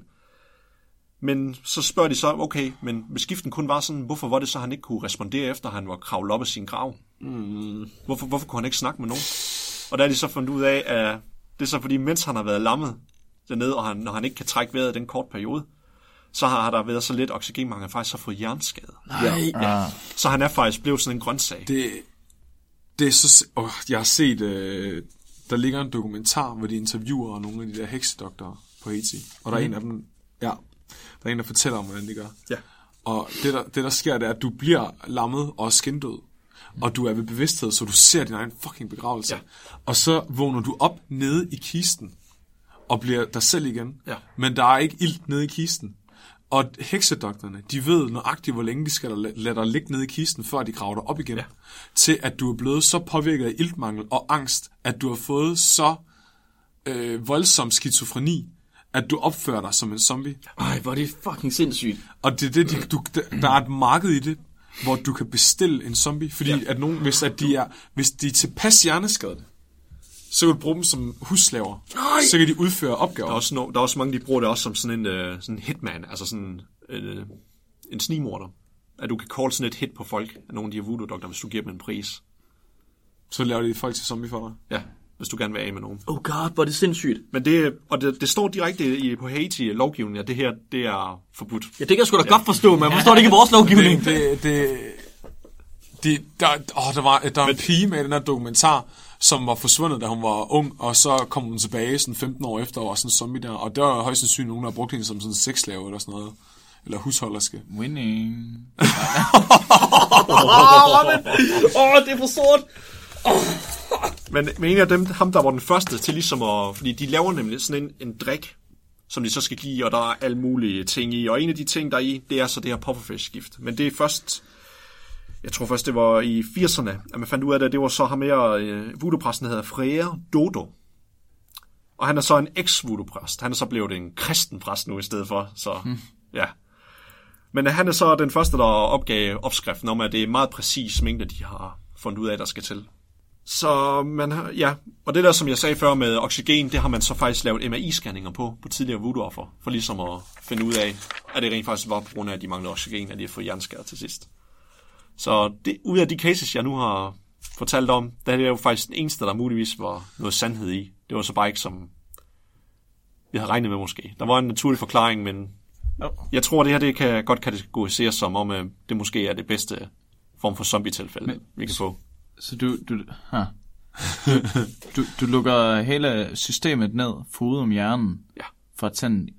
Men så spørger de så, okay, men hvis giften kun var sådan, hvorfor var det så, han ikke kunne respondere efter, han var kravlet op af sin grav? Mm. Hvorfor, hvorfor kunne han ikke snakke med nogen? Og der er de så fundet ud af, at det er så fordi, mens han har været lammet dernede, og han, når han ikke kan trække vejret i den kort periode, så har der været så lidt oxygenmangel, han faktisk har fået hjerneskade. Nej. Ja. Så han er faktisk blevet sådan en grøntsag. Det, det er så... Oh, jeg har set... Øh, der ligger en dokumentar, hvor de interviewer nogle af de der heksedoktorer på Haiti. Og der er mm. en af dem... Ja, der er en, der fortæller om, hvordan de gør. Ja. Og det der, det, der sker, det er, at du bliver lammet og skindød. Mm. Og du er ved bevidsthed, så du ser din egen fucking begravelse. Ja. Og så vågner du op nede i kisten, og bliver dig selv igen. Ja. Men der er ikke ilt nede i kisten. Og heksedokterne, de ved nøjagtigt, hvor længe de skal lade dig ligge nede i kisten, før de graver dig op igen. Ja. Til at du er blevet så påvirket af iltmangel og angst, at du har fået så øh, voldsom skizofreni, at du opfører dig som en zombie. Ej, hvor er det fucking sindssygt. Og det er det, de, du, der er et marked i det, hvor du kan bestille en zombie, fordi ja. at nogen, hvis, at de er, hvis de er tilpas hjerneskadede, så kan du bruge dem som husslaver. Nej. Så kan de udføre opgaver. Der er også, no, der er også mange, de bruger det også som sådan en uh, sådan hitman, altså sådan uh, en snigmorder. At du kan call sådan et hit på folk, af nogle af de her voodoo-doktorer, hvis du giver dem en pris. Så laver de folk til zombie for dig? Ja, hvis du gerne vil af med nogen. Oh god, hvor er det sindssygt. Men det, og det, det står direkte i, på Haiti-lovgivningen, at det her, det er forbudt. Ja, det kan jeg sgu da ja. godt forstå, men jeg forstår det ikke i vores lovgivning. Det, det, det, det, der, åh, der var, der var en pige med i den her dokumentar, som var forsvundet, da hun var ung, og så kom hun tilbage sådan femten år efter, og var sådan en zombie der, og der var højst sandsynligt nogen, der brugte hende som sådan en sexslave eller sådan noget, eller husholderske. Winning. Åh, oh, det er for sort. Oh. Men, men en af dem, ham der var den første til ligesom at, fordi de laver nemlig sådan en, en drik, som de så skal give, og der er alle mulige ting i, og en af de ting, der er i, det er så det her pufferfish-gift. Men det er først... Jeg tror først, det var i firserne, at man fandt ud af det. Det var så ham her, øh, voodoo-præsten, der hedder Frère Dodo. Og han er så en eks-voodoo-præst. Han er så blevet en kristen præst nu i stedet for. Så, hmm. ja. Men han er så den første, der opgav opskriften om, at det er meget præcis mængde, de har fundet ud af, der skal til. Så man har, ja. Og det der, som jeg sagde før med oxygen, det har man så faktisk lavet M R I-scanninger på, på tidligere voodoo-offer, for ligesom at finde ud af, at det rent faktisk var på grund af, at de manglede oxygen, at de har fået hjerneskader til sidst. Så det, ud af de cases, jeg nu har fortalt om, der er det jo faktisk den eneste, der muligvis var noget sandhed i. Det var så bare ikke, som vi havde regnet med måske. Der var en naturlig forklaring, men oh. jeg tror, det her det kan godt kategoriseres som om, at det måske er det bedste form for zombie-tilfælde, men, vi kan få. Så du, du, huh. du, du, du lukker hele systemet ned, foruden om hjernen, ja. for at tage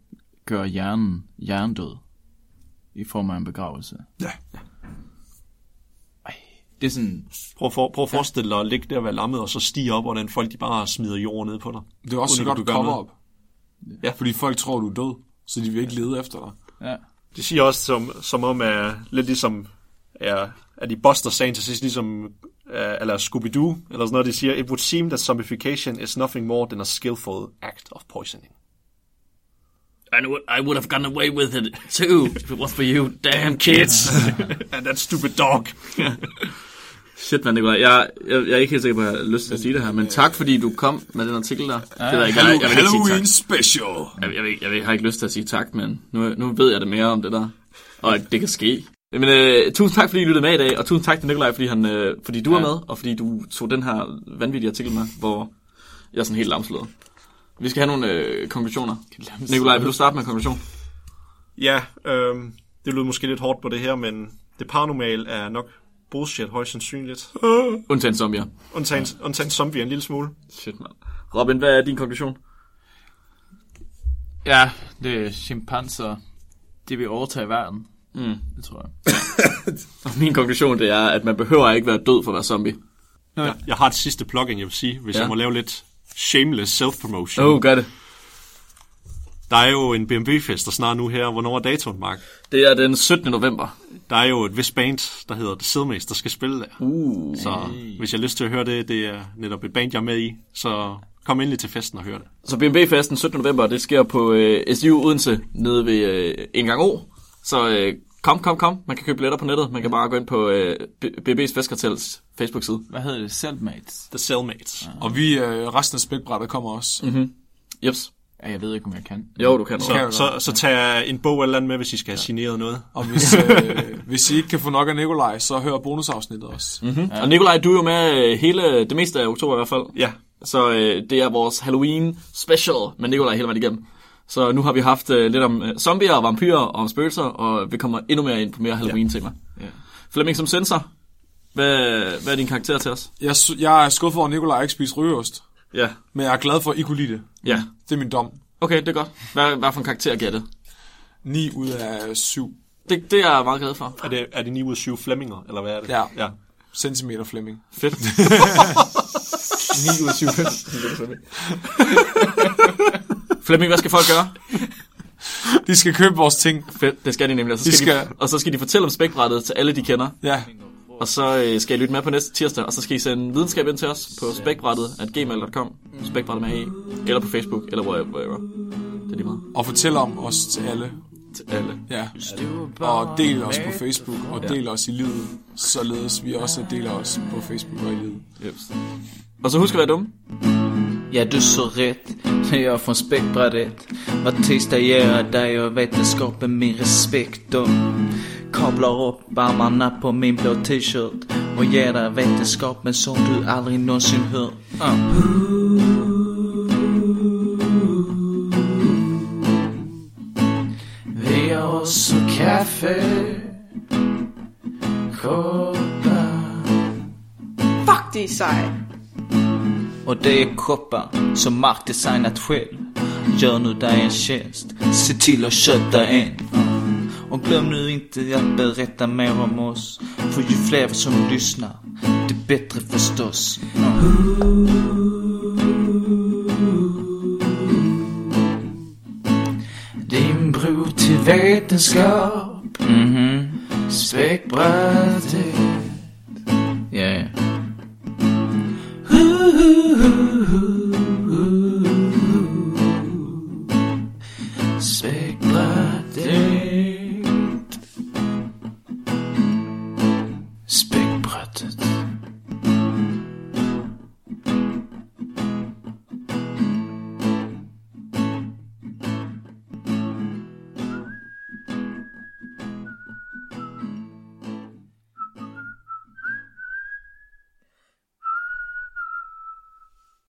gøre hjernen hjernedød i form af en begravelse. Ja. Ej, det er sådan... Prøv, for, prøv at forestille dig at ligge der og være lammet, og så stige op, og den folk de bare smider jord ned på dig. Det er også så godt cover-up. Ja. Fordi folk tror, du er død, så de vil ikke lede efter dig. Ja. Det siger også, som, som om, at lidt ligesom, er, at de buster sagen til sidst, ligesom, eller Scooby-Doo, eller sådan noget, de siger, it would seem that zombification is nothing more than a skillful act of poisoning. I would, I would have gone away with it too, if it was for you, damn kids. And that stupid dog. Shit, man, Nikolaj. Jeg, jeg, jeg er ikke helt sikker på, at jeg har lyst til at sige det her, men tak, fordi du kom med den artikel der. Ja, det der ikke, jeg, jeg, jeg Halloween special. Jeg, jeg, jeg, jeg, jeg har ikke lyst til at sige tak, men nu, nu ved jeg det mere om det der. Og det kan ske. Men øh, tusind tak, fordi I lyttede med i dag, og tusind tak til Nikolaj, fordi, han, øh, fordi du ja. er med, og fordi du tog den her vanvittige artikel med, hvor jeg er sådan helt lamslået. Vi skal have nogle øh, konklusioner. Nikolaj, vil du starte med en konklusion? Ja, øh, det lyder måske lidt hårdt på det her, men det paranormal er nok bullshit, højst sandsynligt. Undtagen zombier. Undtagen, undtagen zombier en lille smule. Shit, man. Robin, hvad er din konklusion? Ja, det er chimpanser. De vil overtage verden. Mm. Det tror jeg. Og min konklusion, det er, at man behøver ikke være død for at være zombie. Jeg, jeg har et sidste plugin, jeg vil sige, hvis ja. jeg må lave lidt shameless self-promotion. Oh, gør det. Der er jo en B M W-fest, der snart nu her. Hvornår er datoen, Mark? Det er den syttende november. Der er jo et vist band, der hedder The Cellmates, der skal spille der. Uh, så hey. Hvis jeg har lyst til at høre det, det er netop et band, jeg er med i. Så kom endelig til festen og hør det. Så B M W-festen syttende november, det sker på øh, S U Odense, nede ved øh, en gang O. Så øh, kom, kom, kom. Man kan købe billetter på nettet. Man kan bare gå ind på øh, B M W's Festkartels Facebook-side. Hvad hedder det? Cellmates? The Cellmates. Ja. Og vi, øh, resten af spækbrættet kommer også. Mhm. Jeps. Ja, jeg ved ikke, om jeg kan. Jo, du kan. Så, så, så, så tag en bog eller andet med, hvis I skal have signeret noget. Og hvis, øh, hvis I ikke kan få nok af Nikolaj, så hør bonusafsnittet også. Mm-hmm. Ja. Og Nikolaj, du er jo med hele det meste af oktober i hvert fald. Ja. Så øh, det er vores Halloween special med Nikolaj hele vejen igennem. Så nu har vi haft øh, lidt om øh, zombier og vampyrer og om spøgelser, og vi kommer endnu mere ind på mere Halloween-tema. Ja. Ja. Flemming som sensor, hvad, hvad er din karakter til os? Jeg, jeg er skuffet over, at Nikolaj ikke spiser rygeost. Ja. Men jeg er glad for, at I kunne lide det. Ja. Det er min dom. Okay, det er godt. Hvad, hvad for en karakter giver det? ni ud af syv. Det, det er jeg meget glad for. Er det, er det ni ud af syv Flemminger, eller hvad er det? Ja. ja. Centimeter Flemming. Fedt. ni ud af syv Flemming. Flemming, hvad skal folk gøre? De skal købe vores ting. Fedt, det skal de nemlig. Og så skal, de skal... De, og så skal de fortælle om spækbrættet til alle, de kender. Ja. Og så øh, skal I lytte med på næste tirsdag, og så skal I sende videnskab ind til os på spækbrættet at gmail punktum com, spækbrættet med A, eller på Facebook, eller wherever. Det er lige meget. Og fortæl om os til alle. Til alle. Ja. Og del os på Facebook, og del os i livet, således vi også deler os på Facebook og i livet. Yep. Og så husk at være dumme. Ja, du så rätt. Jag är från späckbrädet. Var tisdag ger dig och vetenskapen min respekt och kablar upp armarna på min blå t-shirt och ger dig vetenskapen som du aldrig någonsin hört. Uh. Vi har också kaffe, koppar. Fuck, det är sej. Och det är koppar som Mark designat själv. Gör nu dig en tjänst, se till att köta en. Och glöm nu inte att berätta mer om oss, för ju fler som lyssnar, det bättre förstås. Din bro till vetenskap, mm-hmm. Späckbrädet.